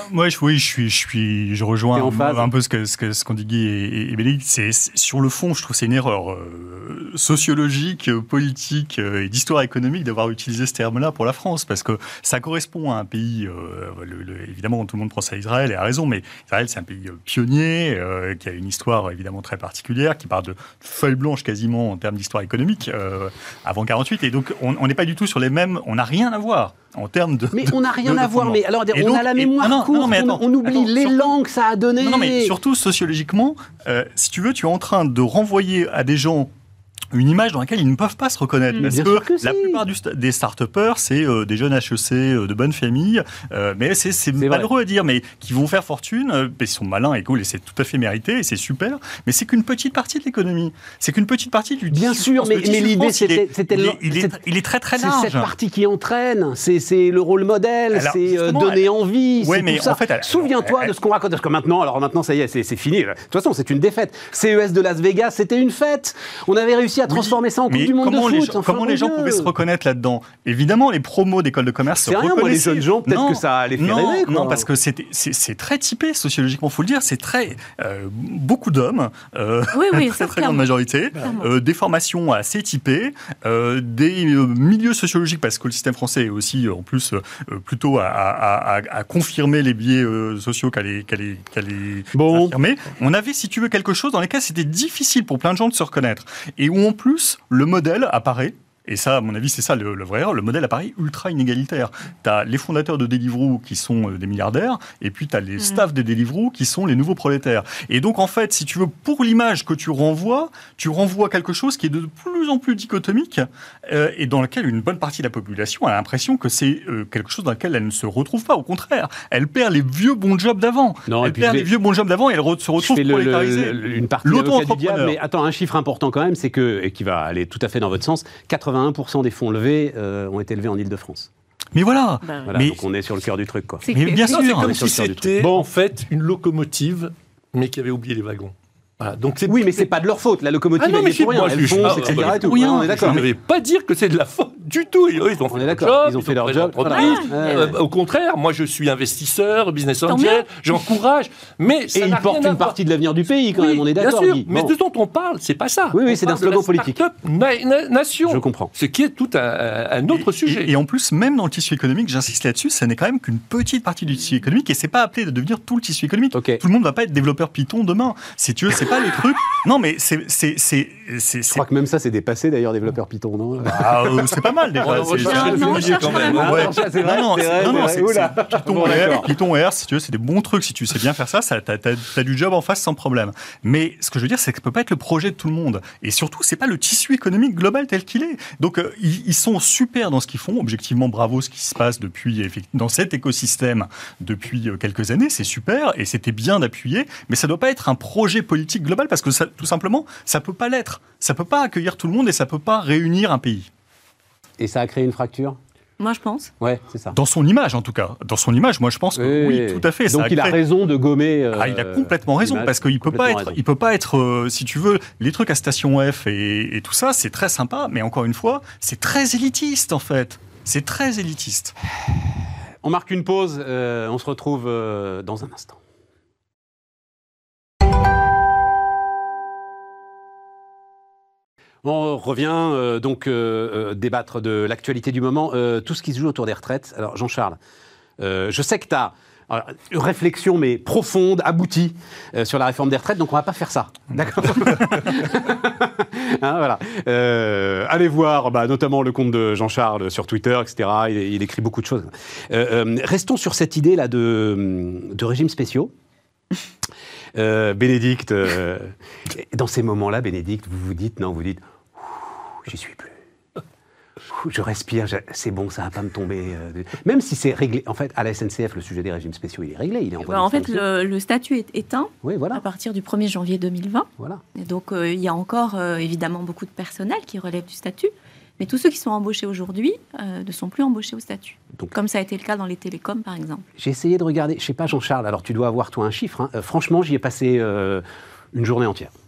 Moi, je, oui, je suis, je suis, je rejoins un, un peu ce que ce que ce qu'ont dit Guy et, et Bénédicte. C'est, c'est sur le fond, je trouve que c'est une erreur euh, sociologique, politique euh, et d'histoire économique d'avoir utilisé ce terme-là pour la France, parce que ça correspond à un pays. Euh, le, le, évidemment, tout le monde pense à Israël et a raison, mais Israël, c'est un pays pionnier euh, qui a une histoire évidemment très particulière, qui part de feuille blanche quasiment en termes d'histoire économique euh, avant quarante-huit, et donc on n'est pas du tout sur les mêmes. On n'a rien à voir. En termes de, mais on n'a rien de, à voir, mais alors et on donc, a la mémoire et, non, courte, non, attends, on, on oublie l'élan que ça a donné. Non, non, mais surtout sociologiquement, euh, si tu veux, tu es en train de renvoyer à des gens une image dans laquelle ils ne peuvent pas se reconnaître. Mmh, parce que, que la plupart du, des start-upers, c'est euh, des jeunes H E C euh, de bonne famille, euh, mais c'est, c'est, c'est malheureux à dire, mais qui vont faire fortune, euh, ils sont malins et cool, et c'est tout à fait mérité, et c'est super, mais c'est qu'une petite partie de l'économie. C'est qu'une petite partie du... Bien sûr, mais, mais l'idée, c'était... c'était il, est, il, est, il est très très large. C'est cette partie qui entraîne, c'est, c'est le rôle modèle, alors, c'est euh, donner elle, envie, ouais, c'est mais tout ça. En fait, elle, Souviens-toi elle, de ce qu'on raconte, parce que maintenant, alors maintenant, ça y est, c'est, c'est fini. De toute façon, c'est une défaite. C E S de Las Vegas, c'était une fête. On avait réussi à transformer oui, ça en du monde comment de les foot, gens, enfin, comment les gens pouvaient se reconnaître là-dedans? Évidemment, les promos d'écoles de commerce c'est se rien, moi, les jeunes gens, peut-être non, que ça les fait non, rêver. Quoi. Non, parce que c'est, c'est, c'est très typé sociologiquement, il faut le dire. C'est très euh, beaucoup d'hommes, euh, oui, oui, très très grande majorité, euh, des formations assez typées, euh, des euh, milieux sociologiques, parce que le système français est aussi en plus euh, plutôt à, à, à, à confirmer les biais euh, sociaux qu'à les, qu'à les, qu'à les bon. affirmer. On avait, si tu veux, quelque chose dans lequel c'était difficile pour plein de gens de se reconnaître, et où en plus le modèle apparaît. Et ça, à mon avis, c'est ça le, le vrai erreur. Le modèle apparaît ultra inégalitaire. Tu as les fondateurs de Deliveroo qui sont des milliardaires, et puis tu as les mmh. staffs de Deliveroo qui sont les nouveaux prolétaires. Et donc, en fait, si tu veux, pour l'image que tu renvoies, tu renvoies quelque chose qui est de plus en plus dichotomique, euh, et dans lequel une bonne partie de la population a l'impression que c'est euh, quelque chose dans lequel elle ne se retrouve pas. Au contraire, elle perd les vieux bons jobs d'avant. Non, elle perd les vieux bons jobs d'avant et elle re- se retrouve prolétarisée. Une partie l'auto-entrepreneur. Du diable, mais attends, un chiffre important quand même, c'est que, et qui va aller tout à fait dans votre sens, quatre-vingt-un pour cent des fonds levés euh, ont été levés en Île-de-France. Mais voilà, bah, voilà mais donc on est sur le cœur du truc, quoi. Mais bien sûr, c'est comme si c'était bon, en fait une locomotive, mais qui avait oublié les wagons. Voilà, donc c'est... Oui, mais c'est pas de leur faute. La locomotive, ah non, mais elle est pour rien. Moi, elle fonce, ah, et cetera. Ah, et tout. Oui, on est d'accord. Je ne vais pas dire que c'est de la faute du tout. Ils ont on fait est leur d'accord. job. Ils ont fait leur job. Voilà. Euh, au contraire, moi, je suis investisseur, business angel, j'encourage. Mais et ils portent une partie de l'avenir du pays, quand même. On est d'accord. Bien sûr. Mais ce dont on parle, c'est pas ça. Oui, oui, c'est d'un slogan politique. Nation. Je comprends. Ce qui est tout un autre sujet. Et en plus, même dans le tissu économique, j'insiste là-dessus, ça n'est quand même qu'une petite partie du tissu économique, et c'est pas appelé de devenir tout le tissu économique. Tout le monde va pas être développeur Python demain. Si tu veux, c'est pas les trucs. Non, mais c'est C'est, c'est, c'est, je crois que même ça, c'est dépassé, d'ailleurs, développeur Python, non ah, euh, c'est pas mal, déjà. Oh, c'est, c'est, c'est, non, c'est quand même. Ouais. C'est vrai, non, non, c'est, non, non, c'est, c'est Python, bon, R, Python R, si tu veux, c'est des bons trucs. Si tu sais bien faire ça, ça t'as, t'as, t'as du job en face sans problème. Mais ce que je veux dire, c'est que ça peut pas être le projet de tout le monde. Et surtout, c'est pas le tissu économique global tel qu'il est. Donc, euh, ils, ils sont super dans ce qu'ils font. Objectivement, bravo ce qui se passe depuis, dans cet écosystème depuis quelques années. C'est super et c'était bien d'appuyer. Mais ça doit pas être un projet politique global parce que ça, tout simplement, ça peut pas l'être. Ça peut pas accueillir tout le monde et ça peut pas réunir un pays. Et ça a créé une fracture ? Moi, je pense. Ouais, c'est ça. Dans son image, en tout cas. Dans son image, moi, je pense que oui, oui tout à fait. Donc, ça a il créé... a raison de gommer. Euh, ah, il a complètement raison parce qu'il peut pas être, il peut pas être, euh, si tu veux, les trucs à Station F et, et tout ça, c'est très sympa, mais encore une fois, c'est très élitiste en fait. C'est très élitiste. On marque une pause. Euh, on se retrouve euh, dans un instant. On revient euh, donc euh, euh, débattre de l'actualité du moment, euh, tout ce qui se joue autour des retraites. Alors Jean-Charles, euh, je sais que tu as une réflexion mais profonde, aboutie euh, sur la réforme des retraites, donc on ne va pas faire ça, d'accord. Hein, voilà. Euh, allez voir bah, notamment le compte de Jean-Charles sur Twitter, et cetera. Il, il écrit beaucoup de choses. Euh, euh, restons sur cette idée-là de, de régimes spéciaux. Euh, Bénédicte, euh, dans ces moments-là, Bénédicte, vous vous dites, non, vous dites, j'y suis plus. Je respire, je, c'est bon, ça va pas me tomber. Euh, même si c'est réglé. En fait, à la S N C F, le sujet des régimes spéciaux, il est réglé. Il est en, bah, en fait, le, le statut est éteint oui, voilà. à partir du premier janvier deux mille vingt. Voilà. Et donc, euh, il y a encore, euh, évidemment, beaucoup de personnel qui relève du statut. Mais tous ceux qui sont embauchés aujourd'hui euh, ne sont plus embauchés au statut. Donc, comme ça a été le cas dans les télécoms, par exemple. J'ai essayé de regarder, je ne sais pas, Jean-Charles, alors tu dois avoir, toi, un chiffre. Hein. Euh, franchement, j'y ai passé euh, une journée entière.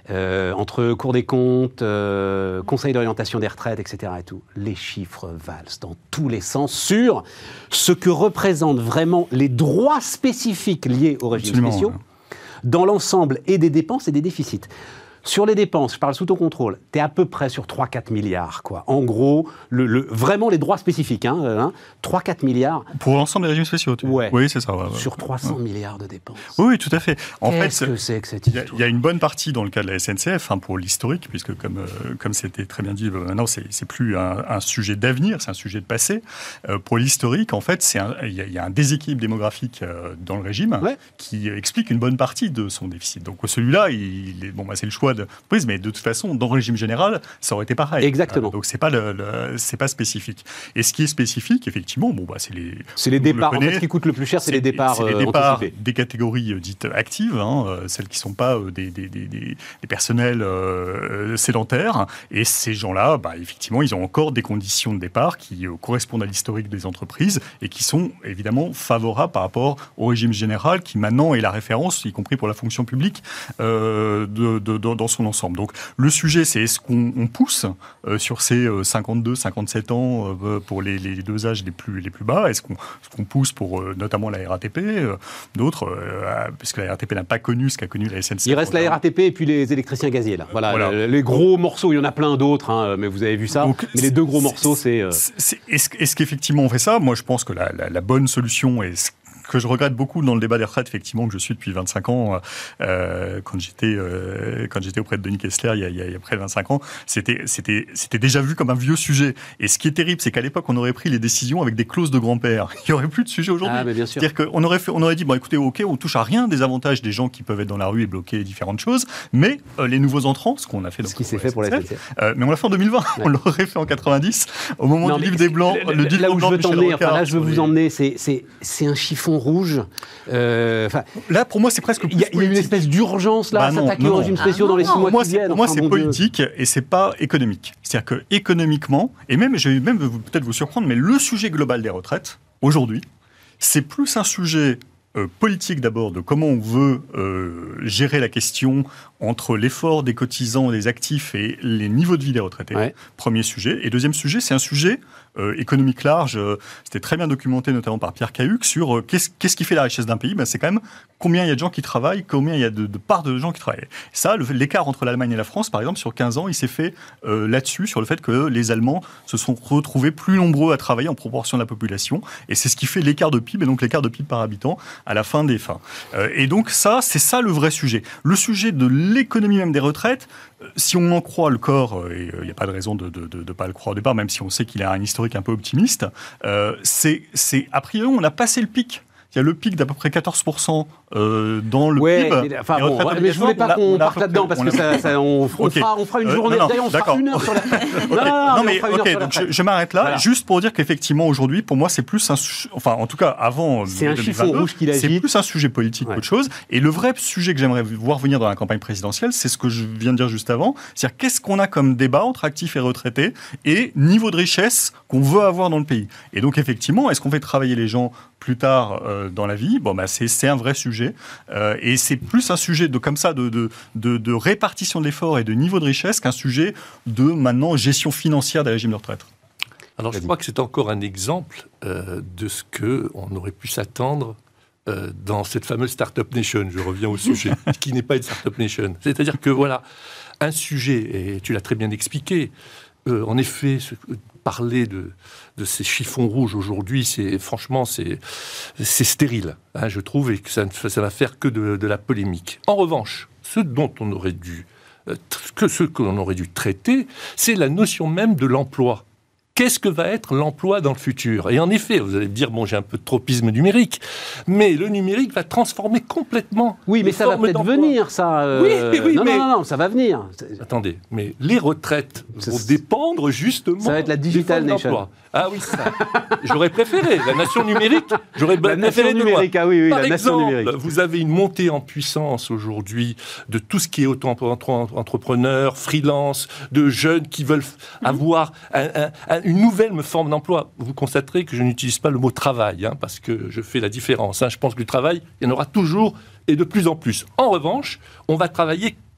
euh, entre Cour des comptes, euh, Conseil d'orientation des retraites, et cetera et tout, les chiffres valsent dans tous les sens sur ce que représentent vraiment les droits spécifiques liés aux régimes Absolument, spéciaux, ouais. dans l'ensemble et des dépenses et des déficits. Sur les dépenses, je parle sous ton contrôle, tu es à peu près sur trois à quatre milliards, quoi. En gros, le, le, vraiment les droits spécifiques, hein, hein, trois à quatre milliards. Pour l'ensemble des régimes spéciaux, tu ouais. Oui, c'est ça. Ouais, ouais. Sur trois cents ouais. milliards de dépenses. Oui, oui, tout à fait. En Qu'est-ce fait, que c'est que cette histoire ? Il y a une bonne partie dans le cas de la S N C F, hein, pour l'historique, puisque comme, euh, comme c'était très bien dit, euh, maintenant, c'est, c'est plus un, un sujet d'avenir, c'est un sujet de passé. Euh, pour l'historique, en fait, c'est un, il, y a, il y a un déséquilibre démographique euh, dans le régime ouais. qui explique une bonne partie de son déficit. Donc celui-là, il, il est, bon, bah, c'est le choix de prise, mais de toute façon, dans le régime général, ça aurait été pareil. Exactement. Euh, donc c'est pas le, le, c'est pas spécifique. Et ce qui est spécifique, effectivement, bon bah c'est les. C'est les départs. En fait, ce qui coûte le plus cher, c'est, c'est les départs. C'est les euh, départs anticipés. Des catégories euh, dites actives, hein, euh, celles qui sont pas euh, des, des, des, des, des personnels euh, sédentaires. Et ces gens-là, bah, effectivement, ils ont encore des conditions de départ qui euh, correspondent à l'historique des entreprises et qui sont évidemment favorables par rapport au régime général, qui maintenant est la référence, y compris pour la fonction publique, euh, de, de, de, dans son ensemble. Donc le sujet, c'est est-ce qu'on on pousse euh, sur ces euh, cinquante-deux, cinquante-sept ans euh, pour les, les deux âges les plus, les plus bas. Est-ce qu'on, est-ce qu'on pousse pour euh, notamment la R A T P, euh, d'autres, euh, puisque la R A T P n'a pas connu ce qu'a connu la S N C F. Il reste la R A T P et puis les électriciens gaziers. Là. Voilà, voilà. Les, les gros morceaux, il y en a plein d'autres, hein, mais vous avez vu ça. Donc, mais les deux gros morceaux, c'est... Euh... c'est est-ce, est-ce qu'effectivement on fait ça ? Moi, je pense que la, la, la bonne solution est... que je regrette beaucoup dans le débat des retraites, effectivement, que je suis depuis vingt-cinq ans, euh, quand, j'étais, euh, quand j'étais auprès de Denis Kessler, il y a, il y a près de vingt-cinq ans, c'était, c'était, c'était déjà vu comme un vieux sujet. Et ce qui est terrible, c'est qu'à l'époque, on aurait pris les décisions avec des clauses de grand-père. Il n'y aurait plus de sujet aujourd'hui. Ah, mais bien sûr. C'est-à-dire qu'on aurait, fait, on aurait dit, bon, écoutez, ok, on touche à rien des avantages des gens qui peuvent être dans la rue et bloquer différentes choses, mais euh, les nouveaux entrants, ce qu'on a fait... Ce qui s'est fait pour la S N C F. Euh, mais on l'a fait en deux mille vingt. Ouais. On l'aurait fait en quatre-vingt-dix, au moment non, du livre des Blancs. Le, le, le livre là où je veux t'emmener, enfin, là, je veux vous les... emmener, c'est, c'est, c'est un chiffon rouge. Euh, là, pour moi, c'est presque. Il y, y a une espèce d'urgence là, bah non, s'attaquer aux régimes spéciaux ah, dans les six mois moi, qui viennent. Pour moi, enfin, c'est politique Dieu. Et c'est pas économique. C'est-à-dire que économiquement, et même, je vais même peut-être vous surprendre, mais le sujet global des retraites aujourd'hui, c'est plus un sujet euh, politique d'abord de comment on veut euh, gérer la question entre l'effort des cotisants, des actifs et les niveaux de vie des retraités. Ouais. Premier sujet. Et deuxième sujet, c'est un sujet Euh, économique large, euh, c'était très bien documenté notamment par Pierre Cahuc sur euh, qu'est-ce, qu'est-ce qui fait la richesse d'un pays. Ben, c'est quand même combien il y a de gens qui travaillent, combien il y a de, de parts de gens qui travaillent. Ça, le, l'écart entre l'Allemagne et la France, par exemple, sur quinze ans, il s'est fait euh, là-dessus, sur le fait que les Allemands se sont retrouvés plus nombreux à travailler en proportion de la population, et c'est ce qui fait l'écart de P I B, et donc l'écart de P I B par habitant à la fin des fins. Euh, et donc ça, c'est ça le vrai sujet. Le sujet de l'économie même des retraites, euh, si on en croit le corps, euh, et il euh, n'y a pas de raison de ne pas le croire au départ, même si on sait qu'il a un historique un peu optimiste, euh, c'est, c'est a priori on a passé le pic. Il y a le pic d'à peu près quatorze pour cent euh, dans le ouais, P I B. Mais, enfin, bon, ouais, mais je voulais pas là, qu'on parte là-dedans parce on que ça, ça, on, on, okay. fera, on fera une journée. Euh, non, non, D'ailleurs, on d'accord. fera une heure sur la. okay. non, non, non, mais ok. Donc je, je m'arrête là, voilà. Juste pour dire qu'effectivement aujourd'hui, pour moi, c'est plus un, enfin, en tout cas, avant. C'est un chiffon rouge qui agite. C'est plus un sujet politique ouais. qu'autre chose. Et le vrai sujet que j'aimerais voir venir dans la campagne présidentielle, c'est ce que je viens de dire juste avant, c'est-à-dire qu'est-ce qu'on a comme débat entre actifs et retraités et niveau de richesse qu'on veut avoir dans le pays. Et donc effectivement, est-ce qu'on fait travailler les gens plus tard euh, dans la vie? Bon, bah, c'est, c'est un vrai sujet. Euh, et c'est plus un sujet de, comme ça, de, de, de, de répartition de l'effort et de niveau de richesse qu'un sujet de, maintenant, gestion financière des régimes de retraite. Alors, je crois que c'est encore un exemple euh, de ce qu'on aurait pu s'attendre euh, dans cette fameuse Startup Nation. Je reviens au sujet, qui n'est pas une Startup Nation. C'est-à-dire que, voilà, un sujet, et tu l'as très bien expliqué, euh, en effet, ce, parler de, de ces chiffons rouges aujourd'hui, c'est, franchement, c'est, c'est stérile, hein, je trouve, et que ça ne ça va faire que de, de la polémique. En revanche, ce dont on aurait dû, euh, que ce qu'on aurait dû traiter, c'est la notion même de l'emploi. Qu'est-ce que va être l'emploi dans le futur ? Et en effet, vous allez me dire, bon, j'ai un peu de tropisme numérique, mais le numérique va transformer complètement. Oui, mais ça va peut-être d'emploi. venir, ça. Euh... Oui, oui, non, mais... non, non, non, ça va venir. Attendez, mais les retraites vont c'est... dépendre justement. Ça va être la Digital Nation. D'emploi. Ah oui, ça. J'aurais préféré la nation numérique. J'aurais la préféré nation numérique, ah oui, oui, Par la exemple, nation numérique. Vous avez une montée en puissance aujourd'hui de tout ce qui est auto-entrepreneurs, freelance, de jeunes qui veulent mmh. avoir un, un, un, une nouvelle forme d'emploi. Vous constaterez que je n'utilise pas le mot travail, hein, parce que je fais la différence. Hein. Je pense que le travail, il y en aura toujours et de plus en plus. En revanche, on va travailler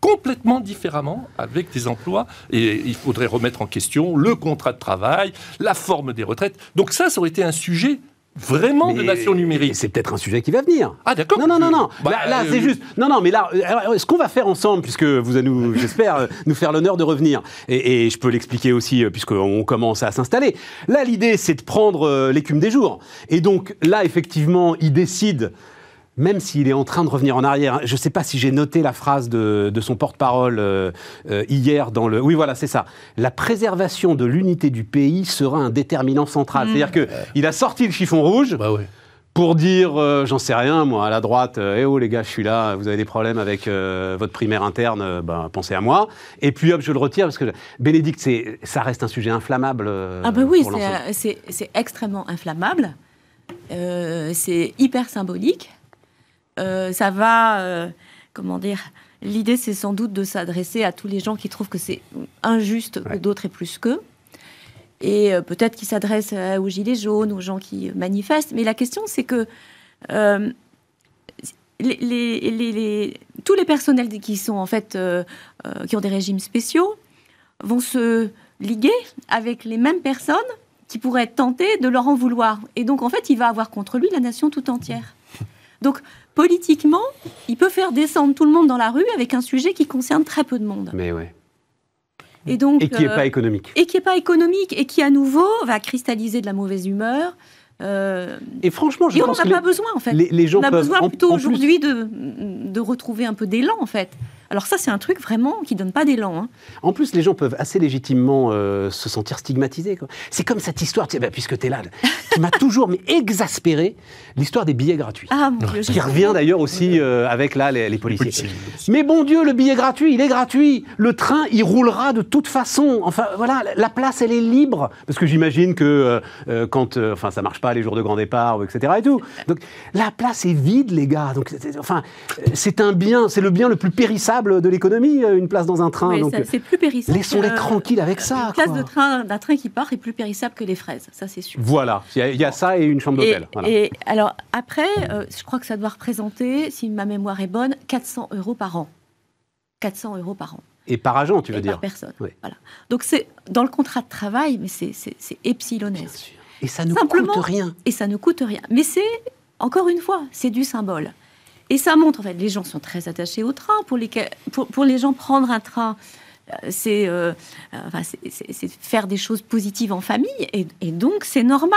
complètement différemment avec des emplois. Et il faudrait remettre en question le contrat de travail, la forme des retraites. Donc ça, ça aurait été un sujet vraiment mais de nation numérique. C'est peut-être un sujet qui va venir. Ah d'accord. Non, non, non, non. Bah, là, là euh, c'est juste... Non, non, mais là, alors, ce qu'on va faire ensemble, puisque vous allez nous, j'espère, nous faire l'honneur de revenir, et, et je peux l'expliquer aussi, puisqu'on commence à s'installer. Là, l'idée, c'est de prendre euh, l'écume des jours. Et donc, là, effectivement, il décide... Même s'il est en train de revenir en arrière, je ne sais pas si j'ai noté la phrase de, de son porte-parole euh, euh, hier dans le... Oui, voilà, c'est ça. La préservation de l'unité du pays sera un déterminant central. Mmh. C'est-à-dire qu'il a sorti le chiffon rouge bah ouais. pour dire, euh, j'en sais rien, moi, à la droite, euh, eh oh les gars, je suis là, vous avez des problèmes avec euh, votre primaire interne, euh, ben, pensez à moi. Et puis hop, je le retire, parce que Bénédicte, c'est, ça reste un sujet inflammable. Euh, ah ben oui, c'est, c'est, c'est extrêmement inflammable. Euh, c'est hyper symbolique. Euh, ça va, euh, comment dire, l'idée c'est sans doute de s'adresser à tous les gens qui trouvent que c'est injuste ouais. que d'autres aient plus qu'eux. Et euh, peut-être qu'ils s'adressent euh, aux gilets jaunes, aux gens qui manifestent. Mais la question c'est que euh, les, les, les, les, tous les personnels qui, sont, en fait, euh, euh, qui ont des régimes spéciaux vont se liguer avec les mêmes personnes qui pourraient être tentées de leur en vouloir. Et donc en fait il va avoir contre lui la nation tout entière. Donc, politiquement, il peut faire descendre tout le monde dans la rue avec un sujet qui concerne très peu de monde. Mais ouais. Et, donc, et qui n'est euh, pas économique. Et qui n'est pas économique, et qui, à nouveau, va cristalliser de la mauvaise humeur. Euh, et franchement, je et pense on que... n'a pas besoin, en fait. Les, les gens on a peuvent, besoin en, plutôt en aujourd'hui plus... de, de retrouver un peu d'élan, en fait. Alors ça, c'est un truc vraiment qui ne donne pas d'élan. Hein. En plus, les gens peuvent assez légitimement euh, se sentir stigmatisés. Quoi. C'est comme cette histoire, tu sais, bah, puisque tu es là, qui m'a toujours mais exaspéré, l'histoire des billets gratuits. Ah, mon Dieu, qui revient d'ailleurs aussi euh, avec là, les, les policiers. Les policiers. Mais bon Dieu, le billet gratuit, il est gratuit. Le train, il roulera de toute façon. Enfin, voilà, la place, elle est libre. Parce que j'imagine que euh, quand... Euh, enfin, ça marche pas les jours de grand départ, et cetera et tout. Donc, la place est vide, les gars. Donc, c'est, enfin, c'est un bien, c'est le bien le plus périssable de l'économie, une place dans un train. Oui, donc, ça, c'est plus périssable. Laissons-les tranquilles avec ça. Une place quoi. de train, d'un train qui part est plus périssable que les fraises, ça c'est sûr. Voilà, il y, y a ça et une chambre d'hôtel. Et, voilà. et alors après, euh, je crois que ça doit représenter, si ma mémoire est bonne, quatre cents euros par an. quatre cents euros par an. Et par agent, tu veux et dire par personne. Oui. Voilà. Donc c'est dans le contrat de travail, mais c'est, c'est, c'est epsilonesque. Et ça ne Simplement, coûte rien. Et ça ne coûte rien. Mais c'est, encore une fois, c'est du symbole. Et ça montre, en fait, les gens sont très attachés au train. Pour les, pour, pour les gens, prendre un train, c'est, euh, enfin, c'est, c'est, c'est faire des choses positives en famille. Et, et donc, c'est normal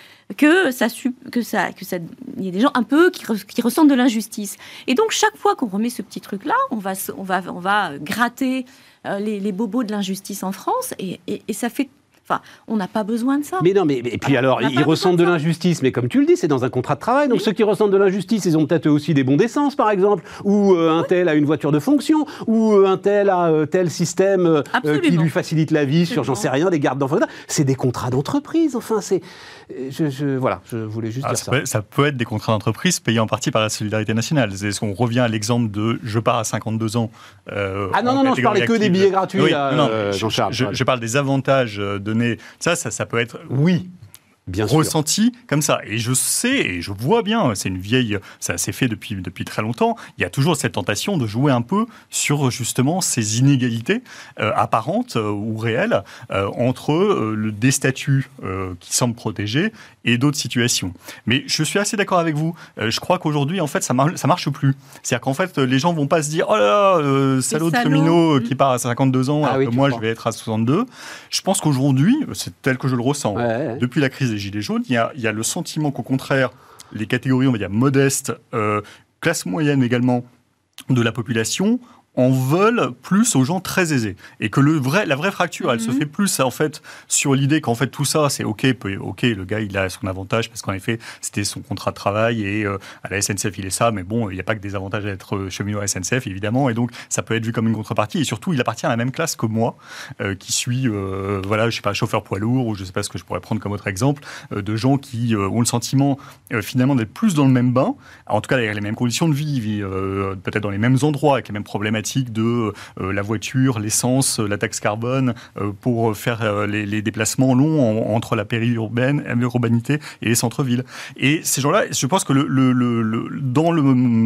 que ça, que ça, que ça, il y ait des gens un peu qui, qui ressentent de l'injustice. Et donc, chaque fois qu'on remet ce petit truc-là, on va, on va, on va gratter les, les bobos de l'injustice en France. Et, et, et ça fait... Enfin, on n'a pas besoin de ça. Mais non, mais et puis alors, ils ressentent de l'injustice, mais comme tu le dis, c'est dans un contrat de travail. Donc oui. Ceux qui ressentent de l'injustice, ils ont peut-être aussi des bons d'essence, par exemple, ou euh, un oui. tel a une voiture de fonction, ou euh, un tel a euh, tel système euh, qui lui facilite la vie sur, j'en sais rien, des gardes d'enfants. C'est des contrats d'entreprise. Enfin, c'est, je, je, voilà, je voulais juste ah, dire ça. Ça peut, ça peut être des contrats d'entreprise payés en partie par la solidarité nationale. C'est, on revient à l'exemple de je pars à cinquante-deux ans. Euh, ah non non non, je parlais active. que des billets gratuits, oui, là, non, euh, Jean-Charles. Je, je, je parle des avantages donnés. Ça, ça ça peut être, oui, bien ressenti sûr. Comme ça. Et je sais, et je vois bien, c'est une vieille, ça s'est fait depuis, depuis très longtemps, il y a toujours cette tentation de jouer un peu sur justement ces inégalités euh, apparentes euh, ou réelles euh, entre euh, le, des statuts euh, qui semblent protégés et d'autres situations. Mais je suis assez d'accord avec vous. Euh, je crois qu'aujourd'hui, en fait, ça ne mar- ça marche plus. C'est-à-dire qu'en fait, les gens ne vont pas se dire « Oh là là, euh, salaud de cheminot qui part à cinquante-deux ans, ah, alors oui, que moi, crois. je vais être à soixante-deux ». Je pense qu'aujourd'hui, c'est tel que je le ressens, ouais, ouais. depuis la crise des Gilets jaunes, il y a, il y a le sentiment qu'au contraire, les catégories, on va dire, modestes, euh, classe moyenne également, de la population, en veulent plus aux gens très aisés. Et que le vrai, la vraie fracture, mm-hmm. elle se fait plus, en fait, sur l'idée qu'en fait, tout ça, c'est OK, peut, OK, le gars, il a son avantage, parce qu'en effet, c'était son contrat de travail, et euh, à la S N C F, il est ça, mais bon, il n'y a pas que des avantages à être cheminot à la S N C F, évidemment, et donc, ça peut être vu comme une contrepartie, et surtout, il appartient à la même classe que moi, euh, qui suis, euh, voilà, je sais pas, chauffeur poids lourd, ou je sais pas ce que je pourrais prendre comme autre exemple, euh, de gens qui euh, ont le sentiment, euh, finalement, d'être plus dans le même bain, en tout cas, avec les mêmes conditions de vie, euh, peut-être dans les mêmes endroits, avec les mêmes problématiques de euh, la voiture, l'essence, la taxe carbone, euh, pour faire euh, les, les déplacements longs en, entre la périurbaine, l'urbanité et les centres-villes. Et ces gens-là, je pense que le, le, le, le, dans le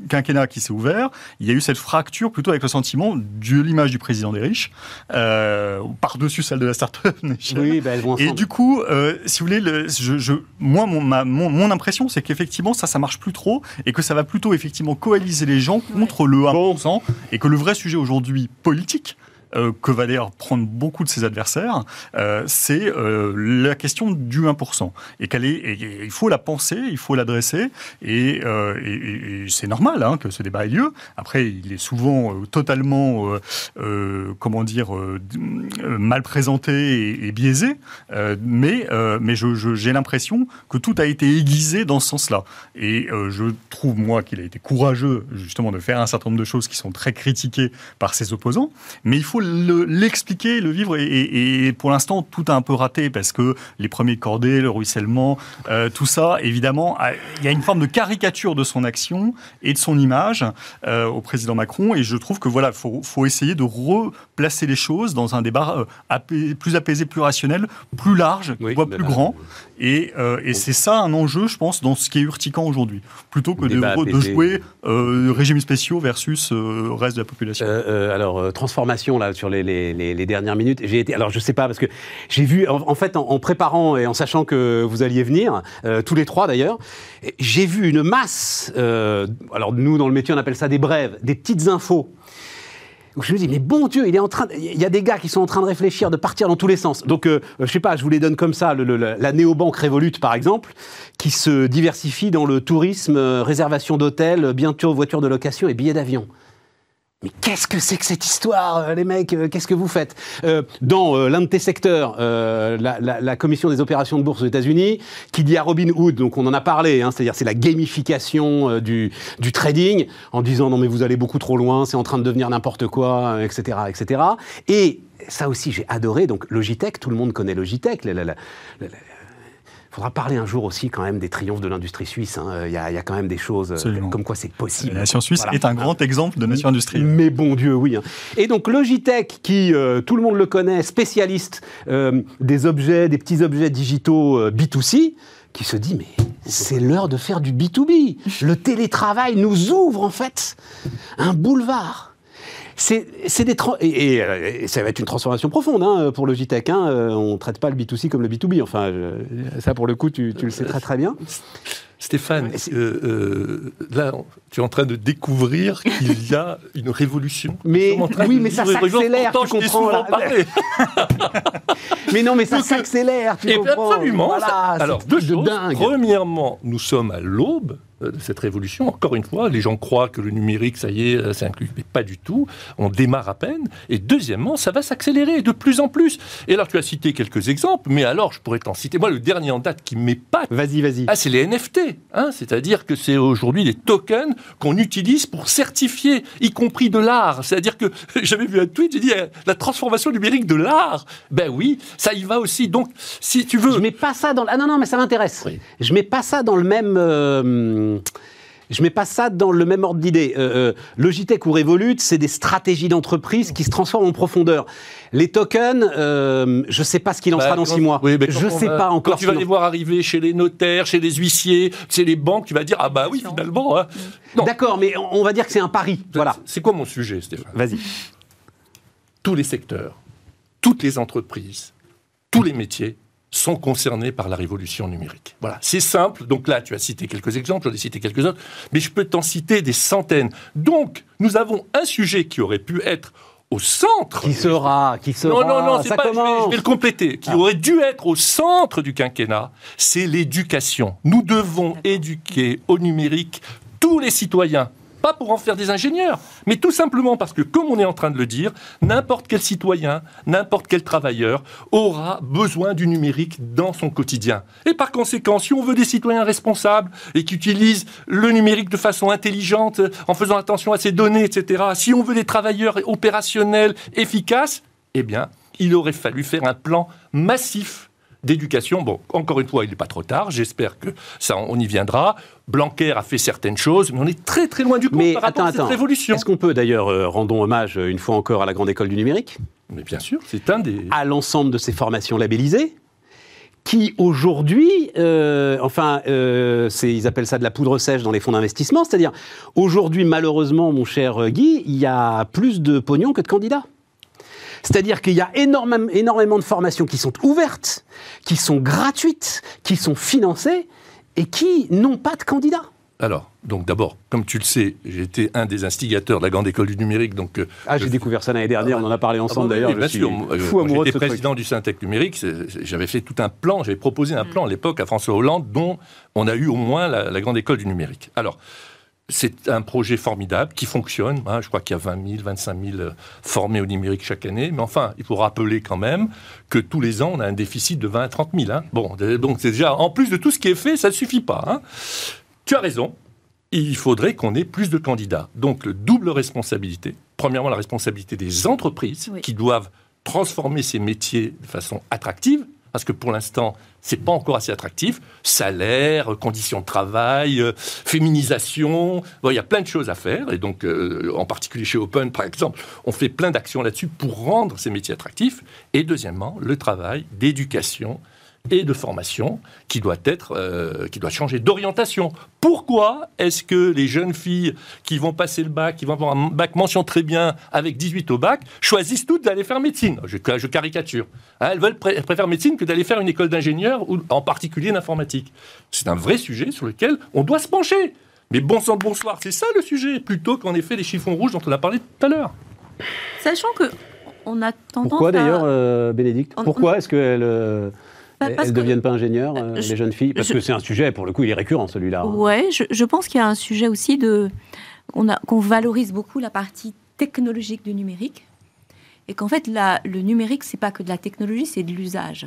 quinquennat qui s'est ouvert, il y a eu cette fracture plutôt avec le sentiment de l'image du président des riches, euh, par-dessus celle de la Startup Nation. Oui, ben, elles vont ensemble. Et du coup, euh, si vous voulez, le, je, je, moi, mon, ma, mon, mon impression, c'est qu'effectivement, ça, ça marche plus trop et que ça va plutôt effectivement coaliser les gens contre le un pour cent et que le vrai sujet aujourd'hui politique, Euh, que va d'ailleurs prendre beaucoup de ses adversaires, euh, c'est euh, la question du un pour cent. Et, qu'elle est, et, et il faut la penser, il faut l'adresser, et, euh, et, et c'est normal hein, que ce débat ait lieu. Après, il est souvent euh, totalement, euh, euh, comment dire, euh, mal présenté et, et biaisé, euh, mais, euh, mais je, je, j'ai l'impression que tout a été aiguisé dans ce sens-là. Et euh, je trouve, moi, qu'il a été courageux, justement, de faire un certain nombre de choses qui sont très critiquées par ses opposants, mais il faut Le, l'expliquer, le vivre, et, et, et pour l'instant, tout a un peu raté, parce que les premiers de cordée, le ruissellement, euh, tout ça, évidemment, il y a une forme de caricature de son action et de son image euh, au président Macron, et je trouve que voilà, faut, faut essayer de replacer les choses dans un débat euh, apais, plus apaisé, plus rationnel, plus large, oui, voire plus là, grand, et, euh, et c'est ça un enjeu, je pense, dans ce qui est urticant aujourd'hui, plutôt que de, de jouer euh, régimes spéciaux versus euh, reste de la population. Euh, euh, alors, euh, transformation, là, sur les, les, les, les dernières minutes. J'ai été, alors je sais pas, parce que j'ai vu, en, en fait, en, en préparant et en sachant que vous alliez venir, euh, tous les trois d'ailleurs, j'ai vu une masse, euh, alors nous dans le métier on appelle ça des brèves, des petites infos. Donc je me dis, mais bon Dieu, il est en train, il y a des gars qui sont en train de réfléchir, de partir dans tous les sens. Donc, euh, je sais pas, je vous les donne comme ça, le, le, la néobanque Revolut, par exemple, qui se diversifie dans le tourisme, euh, réservation d'hôtels, bientôt voitures de location et billets d'avion. Mais qu'est-ce que c'est que cette histoire, les mecs? Qu'est-ce que vous faites? euh, Dans euh, l'un de tes secteurs, euh, la, la, la commission des opérations de bourse aux États-Unis, qui dit à Robin Hood, donc on en a parlé, hein, c'est-à-dire c'est la gamification euh, du, du trading, en disant non mais vous allez beaucoup trop loin, c'est en train de devenir n'importe quoi, et cetera, et cetera. Et ça aussi j'ai adoré. Donc Logitech, tout le monde connaît Logitech. La, la, la, la, la, Il faudra parler un jour aussi quand même des triomphes de l'industrie suisse. Hein. Il y a, il y a quand même des choses Absolument. Comme quoi c'est possible. La nation suisse voilà. est un grand exemple de nation industrielle. Mais bon Dieu, oui. Hein. Et donc Logitech, qui, euh, tout le monde le connaît, spécialiste euh, des objets, des petits objets digitaux euh, B deux C, qui se dit, mais c'est l'heure de faire du B deux B. Le télétravail nous ouvre en fait un boulevard. C'est, c'est des tra- et, et, et ça va être une transformation profonde hein, pour Logitech. Hein. On ne traite pas le B deux C comme le B deux B. Enfin, je, ça, pour le coup, tu, tu le sais très très bien. Stéphane, euh, euh, là, tu es en train de découvrir qu'il y a une révolution. Mais oui, mais ça s'accélère, tu comprends. Là. Mais non, mais ça Donc, s'accélère, tu et comprends. Absolument. Voilà, ça, alors, deux choses. Dingue. Premièrement, nous sommes à l'aube de cette révolution. Encore une fois, les gens croient que le numérique, ça y est, c'est inclus. Mais pas du tout. On démarre à peine. Et deuxièmement, ça va s'accélérer de plus en plus. Et alors, tu as cité quelques exemples, mais alors, je pourrais t'en citer. Moi, le dernier en date qui m'épate, vas-y, vas-y. Ah, c'est les N F T. Hein, c'est-à-dire que c'est aujourd'hui des tokens qu'on utilise pour certifier, y compris de l'art. C'est-à-dire que j'avais vu un tweet, j'ai dit la transformation numérique de l'art. Ben oui, ça y va aussi. Donc, si tu veux, je mets pas ça dans. Ah non non, mais ça m'intéresse. Oui. Je mets pas ça dans le même. Euh... Je mets pas ça dans le même ordre d'idée. Euh, euh, Logitech ou Revolut, c'est des stratégies d'entreprise qui se transforment en profondeur. Les tokens, euh, je sais pas ce qu'il en bah, sera dans quand, six mois. Oui, je sais va, pas encore. Quand tu vas les voir arriver chez les notaires, chez les huissiers, chez les banques, tu vas dire ah bah oui finalement. Hein. D'accord, mais on va dire que c'est un pari. Voilà. C'est quoi mon sujet, Stéphane? Vas-y. Tous les secteurs, toutes les entreprises, tous les métiers sont concernés par la révolution numérique. Voilà, c'est simple. Donc là, tu as cité quelques exemples, j'en ai cité quelques autres, mais je peux t'en citer des centaines. Donc, nous avons un sujet qui aurait pu être au centre... Qui sera, qui sera... Non, non, non, c'est pas, je vais, je vais le compléter. Qui ah. aurait dû être au centre du quinquennat, c'est l'éducation. Nous devons éduquer au numérique tous les citoyens. Pas pour en faire des ingénieurs, mais tout simplement parce que, comme on est en train de le dire, n'importe quel citoyen, n'importe quel travailleur aura besoin du numérique dans son quotidien. Et par conséquent, si on veut des citoyens responsables et qui utilisent le numérique de façon intelligente, en faisant attention à ses données, et cetera, si on veut des travailleurs opérationnels efficaces, eh bien, il aurait fallu faire un plan massif d'éducation. Bon, encore une fois, il n'est pas trop tard. J'espère que ça, on y viendra. Blanquer a fait certaines choses, mais on est très très loin du compte mais par rapport attends, à cette attends. révolution. Est-ce qu'on peut d'ailleurs, euh, rendons hommage une fois encore à la Grande École du Numérique? Mais bien sûr, c'est un des... À l'ensemble de ces formations labellisées, qui aujourd'hui, euh, enfin, euh, c'est, ils appellent ça de la poudre sèche dans les fonds d'investissement, c'est-à-dire aujourd'hui, malheureusement, mon cher Guy, il y a plus de pognon que de candidats. C'est-à-dire qu'il y a énormément, énormément de formations qui sont ouvertes, qui sont gratuites, qui sont financées et qui n'ont pas de candidats. Alors, donc d'abord, comme tu le sais, j'ai été un des instigateurs de la Grande École du Numérique. Donc, euh, ah, j'ai je... découvert ça l'année dernière, ah, on en a parlé ensemble ah, d'ailleurs. Oui, bien je sûr, suis fou amoureux de ce J'étais président truc. du Syntec Numérique, c'est, j'avais fait tout un plan, j'avais proposé un plan à l'époque à François Hollande, dont on a eu au moins la, la Grande École du Numérique. Alors, c'est un projet formidable qui fonctionne. Hein, je crois qu'il y a vingt mille, vingt-cinq mille formés au numérique chaque année. Mais enfin, il faut rappeler quand même que tous les ans, on a un déficit de vingt à trente mille. Hein. Bon, donc c'est déjà, en plus de tout ce qui est fait, ça ne suffit pas. Hein. Tu as raison. Il faudrait qu'on ait plus de candidats. Donc, le double responsabilité. Premièrement, la responsabilité des entreprises oui. qui doivent transformer ces métiers de façon attractive. Parce que pour l'instant, c'est pas encore assez attractif. Salaire, conditions de travail, euh, féminisation. Bon, il y a plein de choses à faire. Et donc, euh, en particulier chez Open, par exemple, on fait plein d'actions là-dessus pour rendre ces métiers attractifs. Et deuxièmement, le travail d'éducation et de formation qui doit être, euh, qui doit changer d'orientation. Pourquoi est-ce que les jeunes filles qui vont passer le bac, qui vont avoir un bac mention très bien avec dix-huit au bac, choisissent toutes d'aller faire médecine ? Je, je caricature. Hein, elles veulent pré- elles préfèrent médecine que d'aller faire une école d'ingénieur ou en particulier d'informatique. C'est un vrai sujet sur lequel on doit se pencher. Mais bon sang de bonsoir, c'est ça le sujet, plutôt qu'en effet les chiffons rouges dont on a parlé tout à l'heure. Sachant que on a tendance Pourquoi à... d'ailleurs, euh, Bénédicte ? On, Pourquoi on... est-ce qu'elles euh, ne deviennent pas ingénieurs, euh, je, les jeunes filles ? Parce je, que c'est un sujet, pour le coup, il est récurrent celui-là. Oui, je, je pense qu'il y a un sujet aussi de... On a, qu'on valorise beaucoup la partie technologique du numérique. Et qu'en fait, la, le numérique, c'est pas que de la technologie, c'est de l'usage.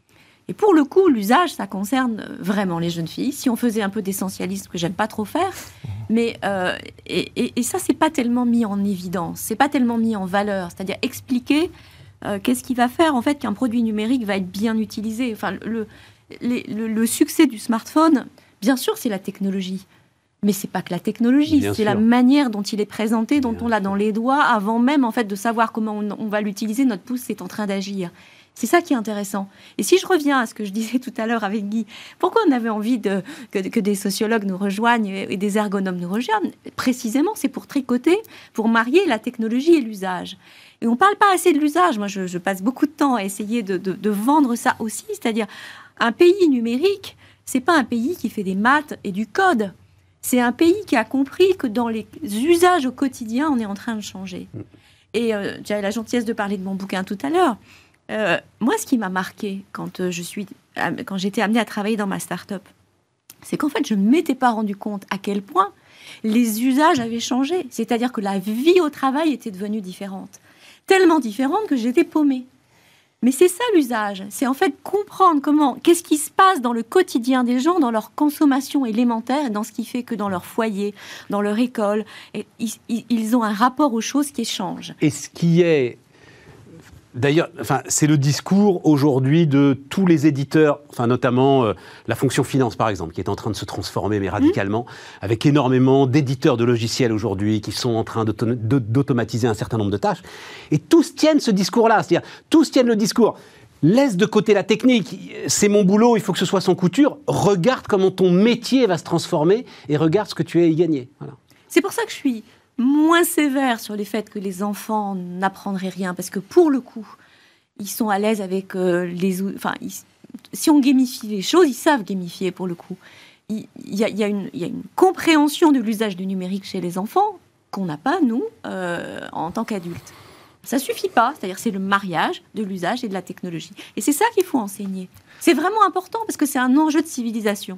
Et pour le coup, l'usage, ça concerne vraiment les jeunes filles. Si on faisait un peu d'essentialisme, que j'aime pas trop faire, mais euh, et, et, et ça, c'est pas tellement mis en évidence, c'est pas tellement mis en valeur. C'est-à-dire expliquer euh, qu'est-ce qui va faire en fait qu'un produit numérique va être bien utilisé. Enfin, le, les, le, le succès du smartphone, bien sûr, c'est la technologie. Mais c'est pas que la technologie, bien c'est sûr. La manière dont il est présenté, dont bien on l'a dans les doigts, avant même en fait de savoir comment on, on va l'utiliser. Notre pouce est en train d'agir. C'est ça qui est intéressant. Et si je reviens à ce que je disais tout à l'heure avec Guy, pourquoi on avait envie de, que, que des sociologues nous rejoignent et des ergonomes nous rejoignent ? Précisément, c'est pour tricoter, pour marier la technologie et l'usage. Et on ne parle pas assez de l'usage. Moi, je, je passe beaucoup de temps à essayer de, de, de vendre ça aussi. C'est-à-dire, un pays numérique, ce n'est pas un pays qui fait des maths et du code. C'est un pays qui a compris que dans les usages au quotidien, on est en train de changer. Et euh, j'avais la gentillesse de parler de mon bouquin tout à l'heure. Euh, moi, ce qui m'a marqué quand, euh, je suis, euh, quand j'étais amenée à travailler dans ma start-up, c'est qu'en fait, je ne m'étais pas rendu compte à quel point les usages avaient changé. C'est-à-dire que la vie au travail était devenue différente. Tellement différente que j'étais paumée. Mais c'est ça l'usage. C'est en fait comprendre comment, qu'est-ce qui se passe dans le quotidien des gens, dans leur consommation élémentaire, et dans ce qui fait que dans leur foyer, dans leur école, et, ils, ils ont un rapport aux choses qui changent. Et ce qui est... D'ailleurs, enfin, c'est le discours aujourd'hui de tous les éditeurs, enfin, notamment euh, la fonction finance, par exemple, qui est en train de se transformer, mais radicalement, mmh. avec énormément d'éditeurs de logiciels aujourd'hui qui sont en train d'auto- d'automatiser un certain nombre de tâches. Et tous tiennent ce discours-là, c'est-à-dire tous tiennent le discours. Laisse de côté la technique, c'est mon boulot, il faut que ce soit sans couture. Regarde comment ton métier va se transformer et regarde ce que tu as à y gagner. Voilà. C'est pour ça que je suis moins sévère sur les faits que les enfants n'apprendraient rien, parce que pour le coup, ils sont à l'aise avec euh, les... Enfin, ils, si on gamifie les choses, ils savent gamifier pour le coup. Il, il, y a, il, y a une, il y a une compréhension de l'usage du numérique chez les enfants qu'on n'a pas, nous, euh, en tant qu'adultes. Ça suffit pas, c'est-à-dire c'est le mariage de l'usage et de la technologie. Et c'est ça qu'il faut enseigner. C'est vraiment important, parce que c'est un enjeu de civilisation.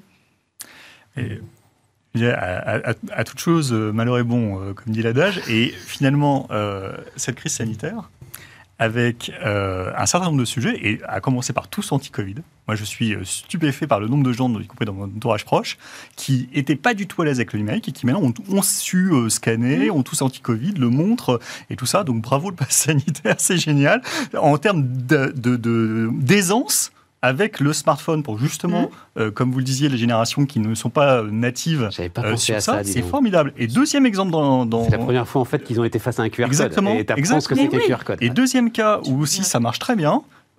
Et... À, à, à toute chose, malheur est bon, euh, comme dit l'adage. Et finalement, euh, cette crise sanitaire, avec euh, un certain nombre de sujets, et à commencer par tous anti-Covid. Moi, je suis stupéfait par le nombre de gens, y compris dans mon entourage proche, qui n'étaient pas du tout à l'aise avec le numérique et qui maintenant ont, ont su euh, scanner, ont tous anti-Covid, le montrent et tout ça. Donc bravo le pass sanitaire, c'est génial. En termes de, de, de, d'aisance, avec le smartphone pour justement, mmh. euh, comme vous le disiez, les générations qui ne sont pas natives J'avais pas euh, pensé sur à ça, ça, c'est formidable. Et deuxième exemple dans... dans c'est la première fois en fait qu'ils ont été face à un Q R exactement, code. Et tu apprends exactement. ce que c'est qu'un oui. Q R code. Et deuxième cas où aussi ça marche très bien,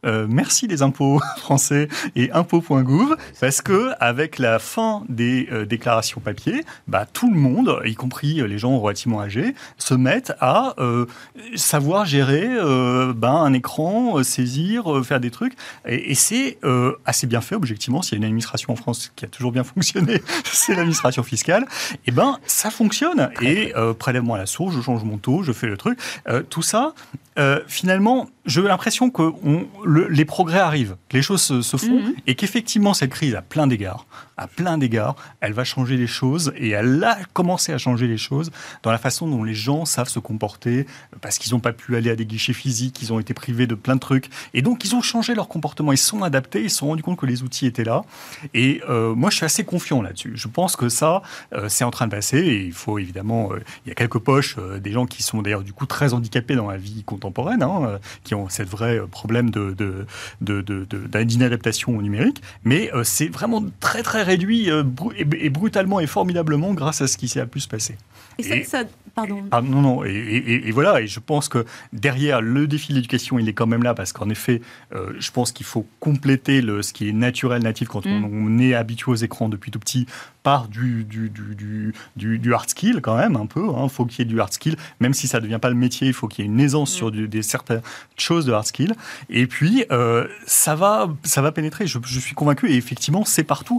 euh, merci les impôts français et impôts point gouv, parce que avec la fin des euh, déclarations papier, bah, tout le monde, y compris les gens relativement âgés, se mettent à euh, savoir gérer euh, bah, un écran, euh, saisir, euh, faire des trucs. Et, et c'est euh, assez bien fait, objectivement. S'il y a une administration en France qui a toujours bien fonctionné, c'est l'administration fiscale. Et ben, ça fonctionne. Et euh, prélèvement à la source, je change mon taux, je fais le truc. Euh, tout ça, euh, finalement, j'ai l'impression que on, le, les progrès arrivent, que les choses se, se font, mmh. et qu'effectivement, cette crise, à plein d'égards, à plein d'égards, elle va changer les choses, et elle a commencé à changer les choses dans la façon dont les gens savent se comporter, parce qu'ils n'ont pas pu aller à des guichets physiques, ils ont été privés de plein de trucs, et donc ils ont changé leur comportement, ils se sont adaptés, ils se sont rendus compte que les outils étaient là, et euh, moi je suis assez confiant là-dessus. Je pense que ça, euh, c'est en train de passer, et il faut évidemment, euh, il y a quelques poches, euh, des gens qui sont d'ailleurs du coup très handicapés dans la vie contemporaine, hein, euh, qui ont cette vrai problème de, de, de, de, de, d'inadaptation au numérique, mais euh, c'est vraiment très très réduit euh, br- et, et brutalement et formidablement grâce à ce qui s'est pu se passer. Et ça, et, ça pardon. Ah non, non, et, et, et voilà, et je pense que derrière le défi de l'éducation, il est quand même là, parce qu'en effet, euh, je pense qu'il faut compléter le, ce qui est naturel, natif, quand mm. on, on est habitué aux écrans depuis tout petit, par du, du, du, du, du, du hard skill quand même, un peu, il hein, faut qu'il y ait du hard skill, même si ça ne devient pas le métier, il faut qu'il y ait une aisance mm. sur du, des certaines choses de hard skill, et puis euh, ça, va, ça va pénétrer, je, je suis convaincu, et effectivement, c'est partout.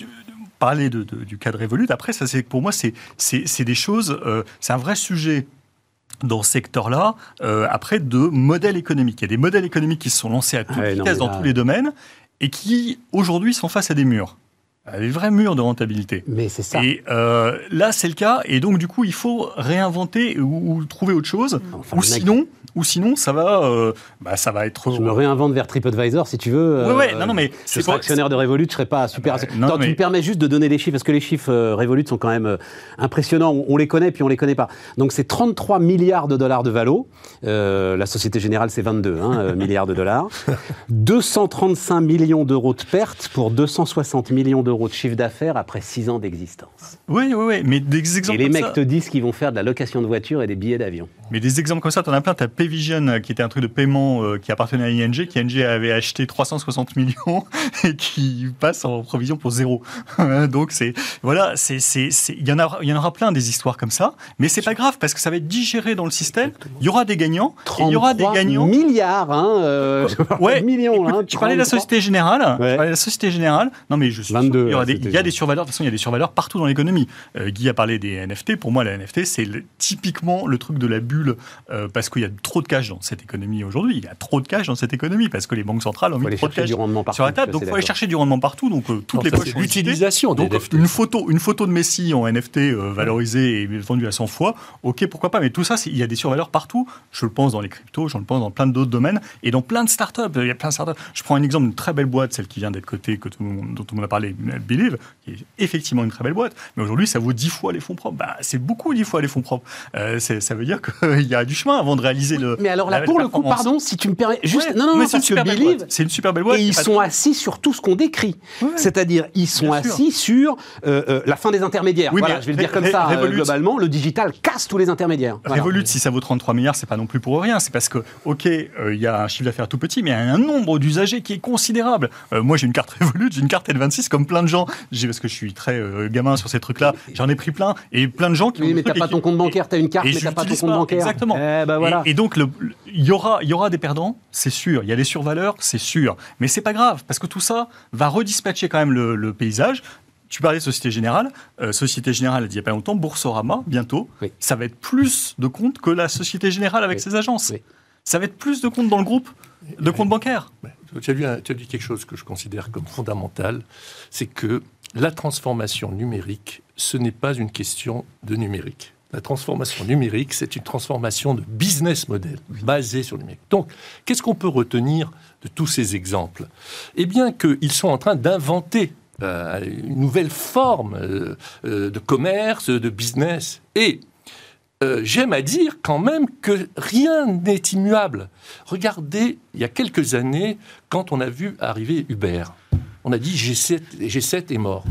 Parler de, de, du cadre Revolut, après, ça, c'est, pour moi, c'est, c'est, c'est des choses, euh, c'est un vrai sujet dans ce secteur-là, euh, après, de modèles économiques. Il y a des modèles économiques qui se sont lancés à toute ah, vitesse non, dans là... tous les domaines et qui, aujourd'hui, sont face à des murs. À des vrais murs de rentabilité. Mais c'est ça. Et euh, là, c'est le cas. Et donc, du coup, il faut réinventer ou, ou trouver autre chose. Enfin, ou sinon... Mec... Ou sinon, ça va, euh, bah, ça va être... Je me réinvente vers TripAdvisor, si tu veux. Oui, ouais, non, non, mais... Je serais actionnaire de Revolut, je ne serais pas super... Bah, non, Attends, mais... Tu me permets juste de donner les chiffres, parce que les chiffres euh, Revolut sont quand même euh, impressionnants. On, on les connaît, puis on ne les connaît pas. Donc, c'est trente-trois milliards de dollars de valo. Euh, la Société Générale, c'est vingt-deux hein, euh, milliards de dollars. deux cent trente-cinq millions d'euros de pertes pour deux cent soixante millions d'euros de chiffre d'affaires après six ans d'existence. Oui, oui, oui, mais des exemples Et les mecs ça... te disent qu'ils vont faire de la location de voitures et des billets d'avion. Mais des exemples comme ça, tu en as plein. Tu as Payvision, qui était un truc de paiement euh, qui appartenait à I N G, qui I N G avait acheté trois cent soixante millions et qui passe en provision pour zéro. Donc, c'est, voilà, c'est, c'est, c'est, il y en a, il y en aura plein des histoires comme ça, mais c'est pas grave parce que ça va être digéré dans le système. Il y aura des gagnants. Et il y aura des gagnants. Milliards, hein, euh, ouais, millions, écoute, hein, tu parlais de la Société Générale. Ouais. Tu parlais de la Société Générale. Non, mais je suis vingt-deux, sûr, il y aura des, il y a bien. des survaleurs. De toute façon, il y a des survaleurs partout dans l'économie. Euh, Guy a parlé des N F T. Pour moi, la N F T, c'est le, typiquement le truc de la bulle euh, parce qu'il y a trop de cash dans cette économie aujourd'hui. Il y a trop de cash dans cette économie parce que les banques centrales ont mis trop de cash sur la table. Donc, il faut aller chercher du rendement partout. Donc, euh, toutes non, les ça, poches c'est l'utilisation des donc, N F T. Une photo, une photo de Messi en N F T euh, valorisée et vendue à cent fois, ok, pourquoi pas. Mais tout ça, c'est, il y a des survaleurs partout. Je le pense dans les cryptos, je le pense dans plein d'autres domaines et dans plein de startups. Il y a plein de startups. Je prends un exemple d'une très belle boîte, celle qui vient d'être cotée, que tout le monde, dont tout le monde a parlé, Believe, qui est effectivement une très belle boîte. Mais aujourd'hui, ça vaut dix fois les fonds propres. Bah, c'est beaucoup dix fois les fonds propres. Euh, ça veut dire qu'il y a du chemin avant de réaliser oui, le. Mais alors là, pour le coup, pardon, si tu me permets, juste ouais, non, non, non, c'est parce que Believe, c'est une super belle boîte. Et ils sont assis sur tout ce qu'on décrit. Ouais, c'est-à-dire, ils sont Bien assis sûr. sur euh, euh, la fin des intermédiaires. Oui, voilà, je vais le dire comme Ré- ça. Euh, globalement, le digital casse tous les intermédiaires. Voilà. Revolut, si ça vaut trente-trois milliards, c'est pas non plus pour rien. C'est parce que, ok, il euh, y a un chiffre d'affaires tout petit, mais il y a un nombre d'usagers qui est considérable. Euh, moi, j'ai une carte Revolut, j'ai une carte N vingt-six, comme plein de gens. J'ai, parce que je suis très euh, gamin sur ces trucs-là, j'en ai pris plein. Et plein de gens qui oui, ont mais t'as pas ton compte bancaire, t'as une carte, mais t'as pas ton compte bancaire. Exactement. Eh ben voilà. Et, et donc, il y aura, y aura des perdants, c'est sûr. Il y a des survaleurs, c'est sûr. Mais c'est pas grave, parce que tout ça va redispatcher quand même le, le paysage. Tu parlais de Société Générale. Euh, Société Générale a dit il n'y a pas longtemps, Boursorama, bientôt, oui. ça va être plus de comptes que la Société Générale avec oui. ses agences. Oui. Ça va être plus de comptes dans le groupe, de oui. comptes bancaires. Tu as, dit, tu as dit quelque chose que je considère comme fondamental, c'est que la transformation numérique, ce n'est pas une question de numérique. La transformation numérique, c'est une transformation de business model basée sur le numérique. Donc, qu'est-ce qu'on peut retenir de tous ces exemples ? Eh bien, qu'ils sont en train d'inventer euh, une nouvelle forme euh, euh, de commerce, de business. Et euh, j'aime à dire quand même que rien n'est immuable. Regardez, il y a quelques années, quand on a vu arriver Uber, on a dit G sept, G sept est mort.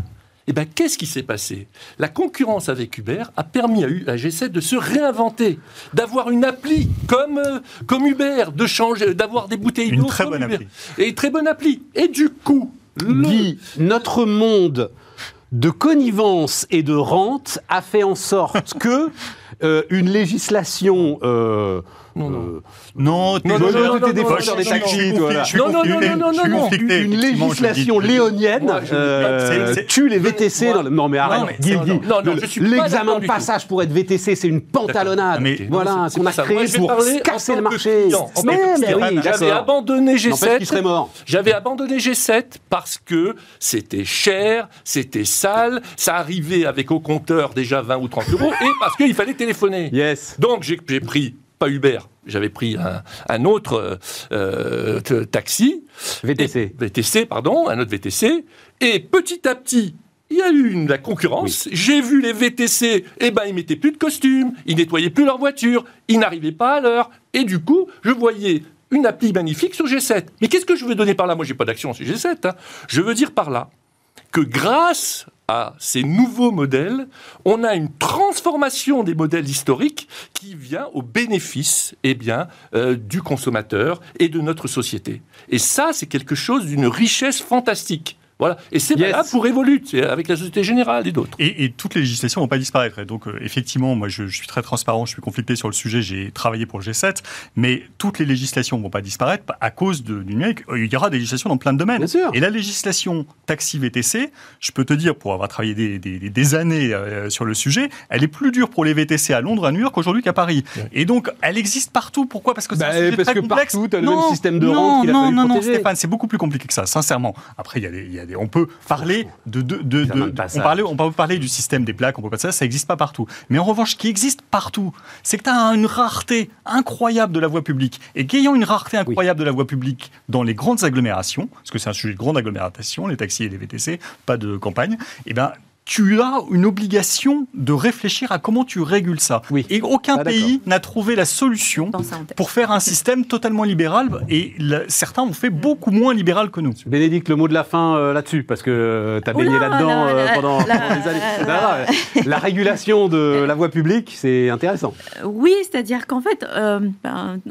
Eh bien, qu'est-ce qui s'est passé? La concurrence avec Uber a permis à, à G sept de se réinventer, d'avoir une appli comme, euh, comme Uber, de changer, d'avoir des bouteilles d'eau. Une très comme bonne Uber. appli. Et une très bonne appli. Et du coup, le... Guy, notre monde de connivence et de rente a fait en sorte que euh, une législation... Euh, Non, non. euh, Non, Non, non, non, non, t'es des non, défenseurs non, des non, taxis, non, toi, là. je suis Non, non, conflicté, non, non, je suis non, non. conflicté, Une effectivement, législation je dis- léonienne Moi, je- euh, c'est- c'est- tue les V T C. Moi- dans le... Non mais arrête, Non, mais Guy, c'est- Guy, non, non, le- je suis pas l'examen d'accord de du passage pour être V T C, c'est une pantalonnade. Mais- Voilà, c'est qu'on a pas ça. créé Moi, je vais pour parler en casser tant le que marché. client, en Mais, tant que mais client. oui, J'avais d'accord. abandonné G N'empêche sept. qu'il serait mort. J'avais abandonné G sept parce que c'était cher, c'était sale, ça arrivait avec au compteur déjà vingt ou trente euros et parce qu'il fallait téléphoner. Yes. Donc j'ai j'ai pris, pas Uber, j'avais pris un, un autre euh, t- taxi. V T C. Et- V T C, pardon, un autre V T C. Et petit à petit, il y a eu une, la concurrence. J'ai vu les V T C, eh ben, ils mettaient plus de costumes, ils nettoyaient plus leur voiture, ils n'arrivaient pas à l'heure. Et du coup, je voyais une appli magnifique sur G sept. Mais qu'est-ce que je veux donner par là? Moi, j'ai pas d'action sur G sept. Hein. Je veux dire par là que grâce à ces nouveaux modèles, on a une transformation des modèles historiques qui vient au bénéfice eh bien, euh, du consommateur et de notre société. Et ça, c'est quelque chose d'une richesse fantastique. Voilà. Et c'est Yes. valable pour Evolut, c'est avec la Société Générale et d'autres. Et, et toutes les législations ne vont pas disparaître. Et donc, euh, effectivement, moi, je, je suis très transparent, je suis conflicté sur le sujet, j'ai travaillé pour le G sept, mais toutes les législations ne vont pas disparaître à cause de, du numérique. Il y aura des législations dans plein de domaines. Bien sûr. Et la législation taxi V T C, je peux te dire, pour avoir travaillé des, des, des années euh, sur le sujet, elle est plus dure pour les V T C à Londres, à New York aujourd'hui qu'à Paris. Ouais. Et donc, elle existe partout. Pourquoi? Parce que c'est Bah, un sujet parce très que complexe. partout, t'as le Non, même système de non, rente qu'il a non, fallu non, non, protéger. Stéphane, c'est beaucoup plus compliqué que ça, sincèrement. Après, il y a des, il y a des, on peut parler de, de, de, Examen de de- passage. on, parlait, on peut parler du système des plaques, on peut pas ça, ça n'existe pas partout. Mais en revanche, ce qui existe partout, c'est que tu as une rareté incroyable de la voie publique. Et qu'ayant une rareté incroyable de la voie publique dans les grandes agglomérations, parce que c'est un sujet de grande agglomération, les taxis et les V T C, pas de campagne, et ben tu as une obligation de réfléchir à comment tu régules ça. Oui. Et aucun Ah, d'accord. pays n'a trouvé la solution Dans ça en tête. pour faire un système totalement libéral. Et la- certains ont fait beaucoup moins libéral que nous. Bénédicte, le mot de la fin euh, là-dessus, parce que tu as baigné Oula, là-dedans la- euh, la- pendant, la- pendant des années. la- Là, là, la régulation de la voie publique, c'est intéressant. Oui, c'est-à-dire qu'en fait, euh, ben,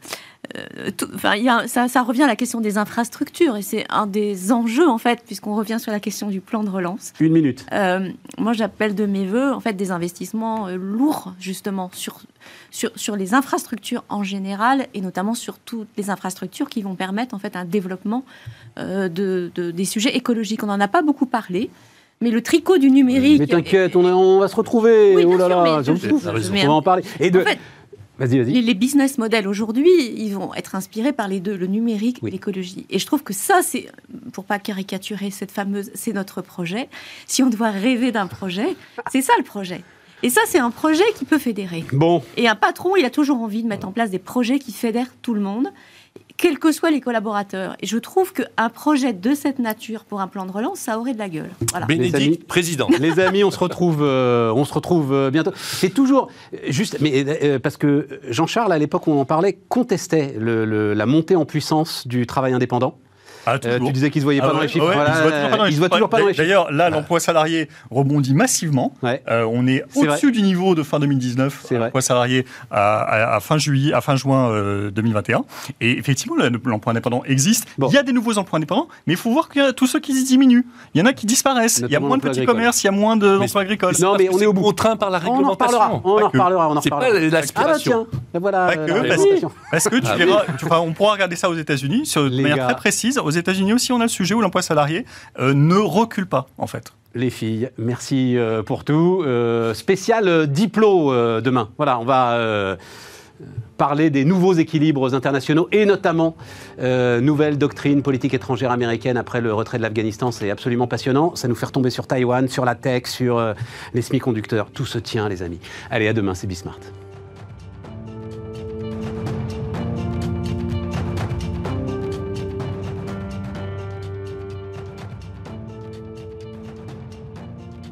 euh, tout- enfin, il y a- ça, ça revient à la question des infrastructures et c'est un des enjeux en fait, puisqu'on revient sur la question du plan de relance. Une minute. Euh, moi, j'appelle de mes voeux en fait des investissements euh, lourds justement sur, sur sur les infrastructures en général et notamment sur toutes les infrastructures qui vont permettre en fait un développement euh, de, de- des sujets écologiques. On n'en a pas beaucoup parlé. Mais le tricot du numérique. Mais t'inquiète, on, a- on va se retrouver. Oui, bien oh là sûr, là, mais je me je- fous. T'as raison. mais On va en parler. Et de... En fait, Vas-y, vas-y. Les, les business models aujourd'hui, ils vont être inspirés par les deux, le numérique Oui. et l'écologie. Et je trouve que ça, c'est, pour pas caricaturer cette fameuse, c'est notre projet. Si on doit rêver d'un projet, c'est ça le projet. Et ça, c'est un projet qui peut fédérer. Bon, Et un patron, il a toujours envie de mettre en place des projets qui fédèrent tout le monde, quels que soient les collaborateurs. Et je trouve qu'un projet de cette nature pour un plan de relance, ça aurait de la gueule. Voilà. amis. Bénédicte, président. les amis, on se retrouve, euh, on se retrouve euh, bientôt. C'est toujours juste, mais euh, parce que Jean-Charles, à l'époque où on en parlait, contestait le- le- la montée en puissance du travail indépendant. Ah, Euh, toujours. tu disais qu'ils ne se voyaient pas Ah dans ouais, les chiffres. ouais, Voilà, ils se voient toujours pas dans les ils se voient chiffres. toujours pas dans les chiffres. D'ailleurs, là, l'emploi salarié rebondit massivement. Ouais. Euh, on est, C'est au-dessus du niveau de fin deux mille dix-neuf, C'est vrai. l'emploi salarié à, à- à fin juillet, à fin juin euh, deux mille vingt et un. Et effectivement, le- l'emploi indépendant existe. Bon. Il y a des nouveaux emplois indépendants, mais il faut voir qu'il y a tous ceux qui diminuent. Il y en a qui disparaissent. Il y a Notamment moins de l'emploi petits agricole. commerces, il y a moins de- d'emplois agricoles. Non, mais on est au bout. Contraint par la On en réglementation. reparlera, on Pas en que. reparlera, on en C'est reparlera. pas Ah bah l'aspiration. tiens, et voilà. Pas euh, que, la parce révolution. Parce que tu Ah verras, tu- enfin, on pourra regarder ça aux États-Unis, sur, de Les manière gars. très précise. Aux États-Unis aussi, on a le sujet où l'emploi salarié euh, ne recule pas, en fait. Les filles, merci euh, pour tout. Euh, spécial euh, diplo euh, demain. Voilà, on va euh, parler des nouveaux équilibres internationaux et notamment euh, nouvelle doctrine politique étrangère américaine après le retrait de l'Afghanistan. C'est absolument passionnant. Ça nous fait retomber sur Taïwan, sur la tech, sur euh, les semi-conducteurs. Tout se tient, les amis. Allez, à demain, c'est Bismart.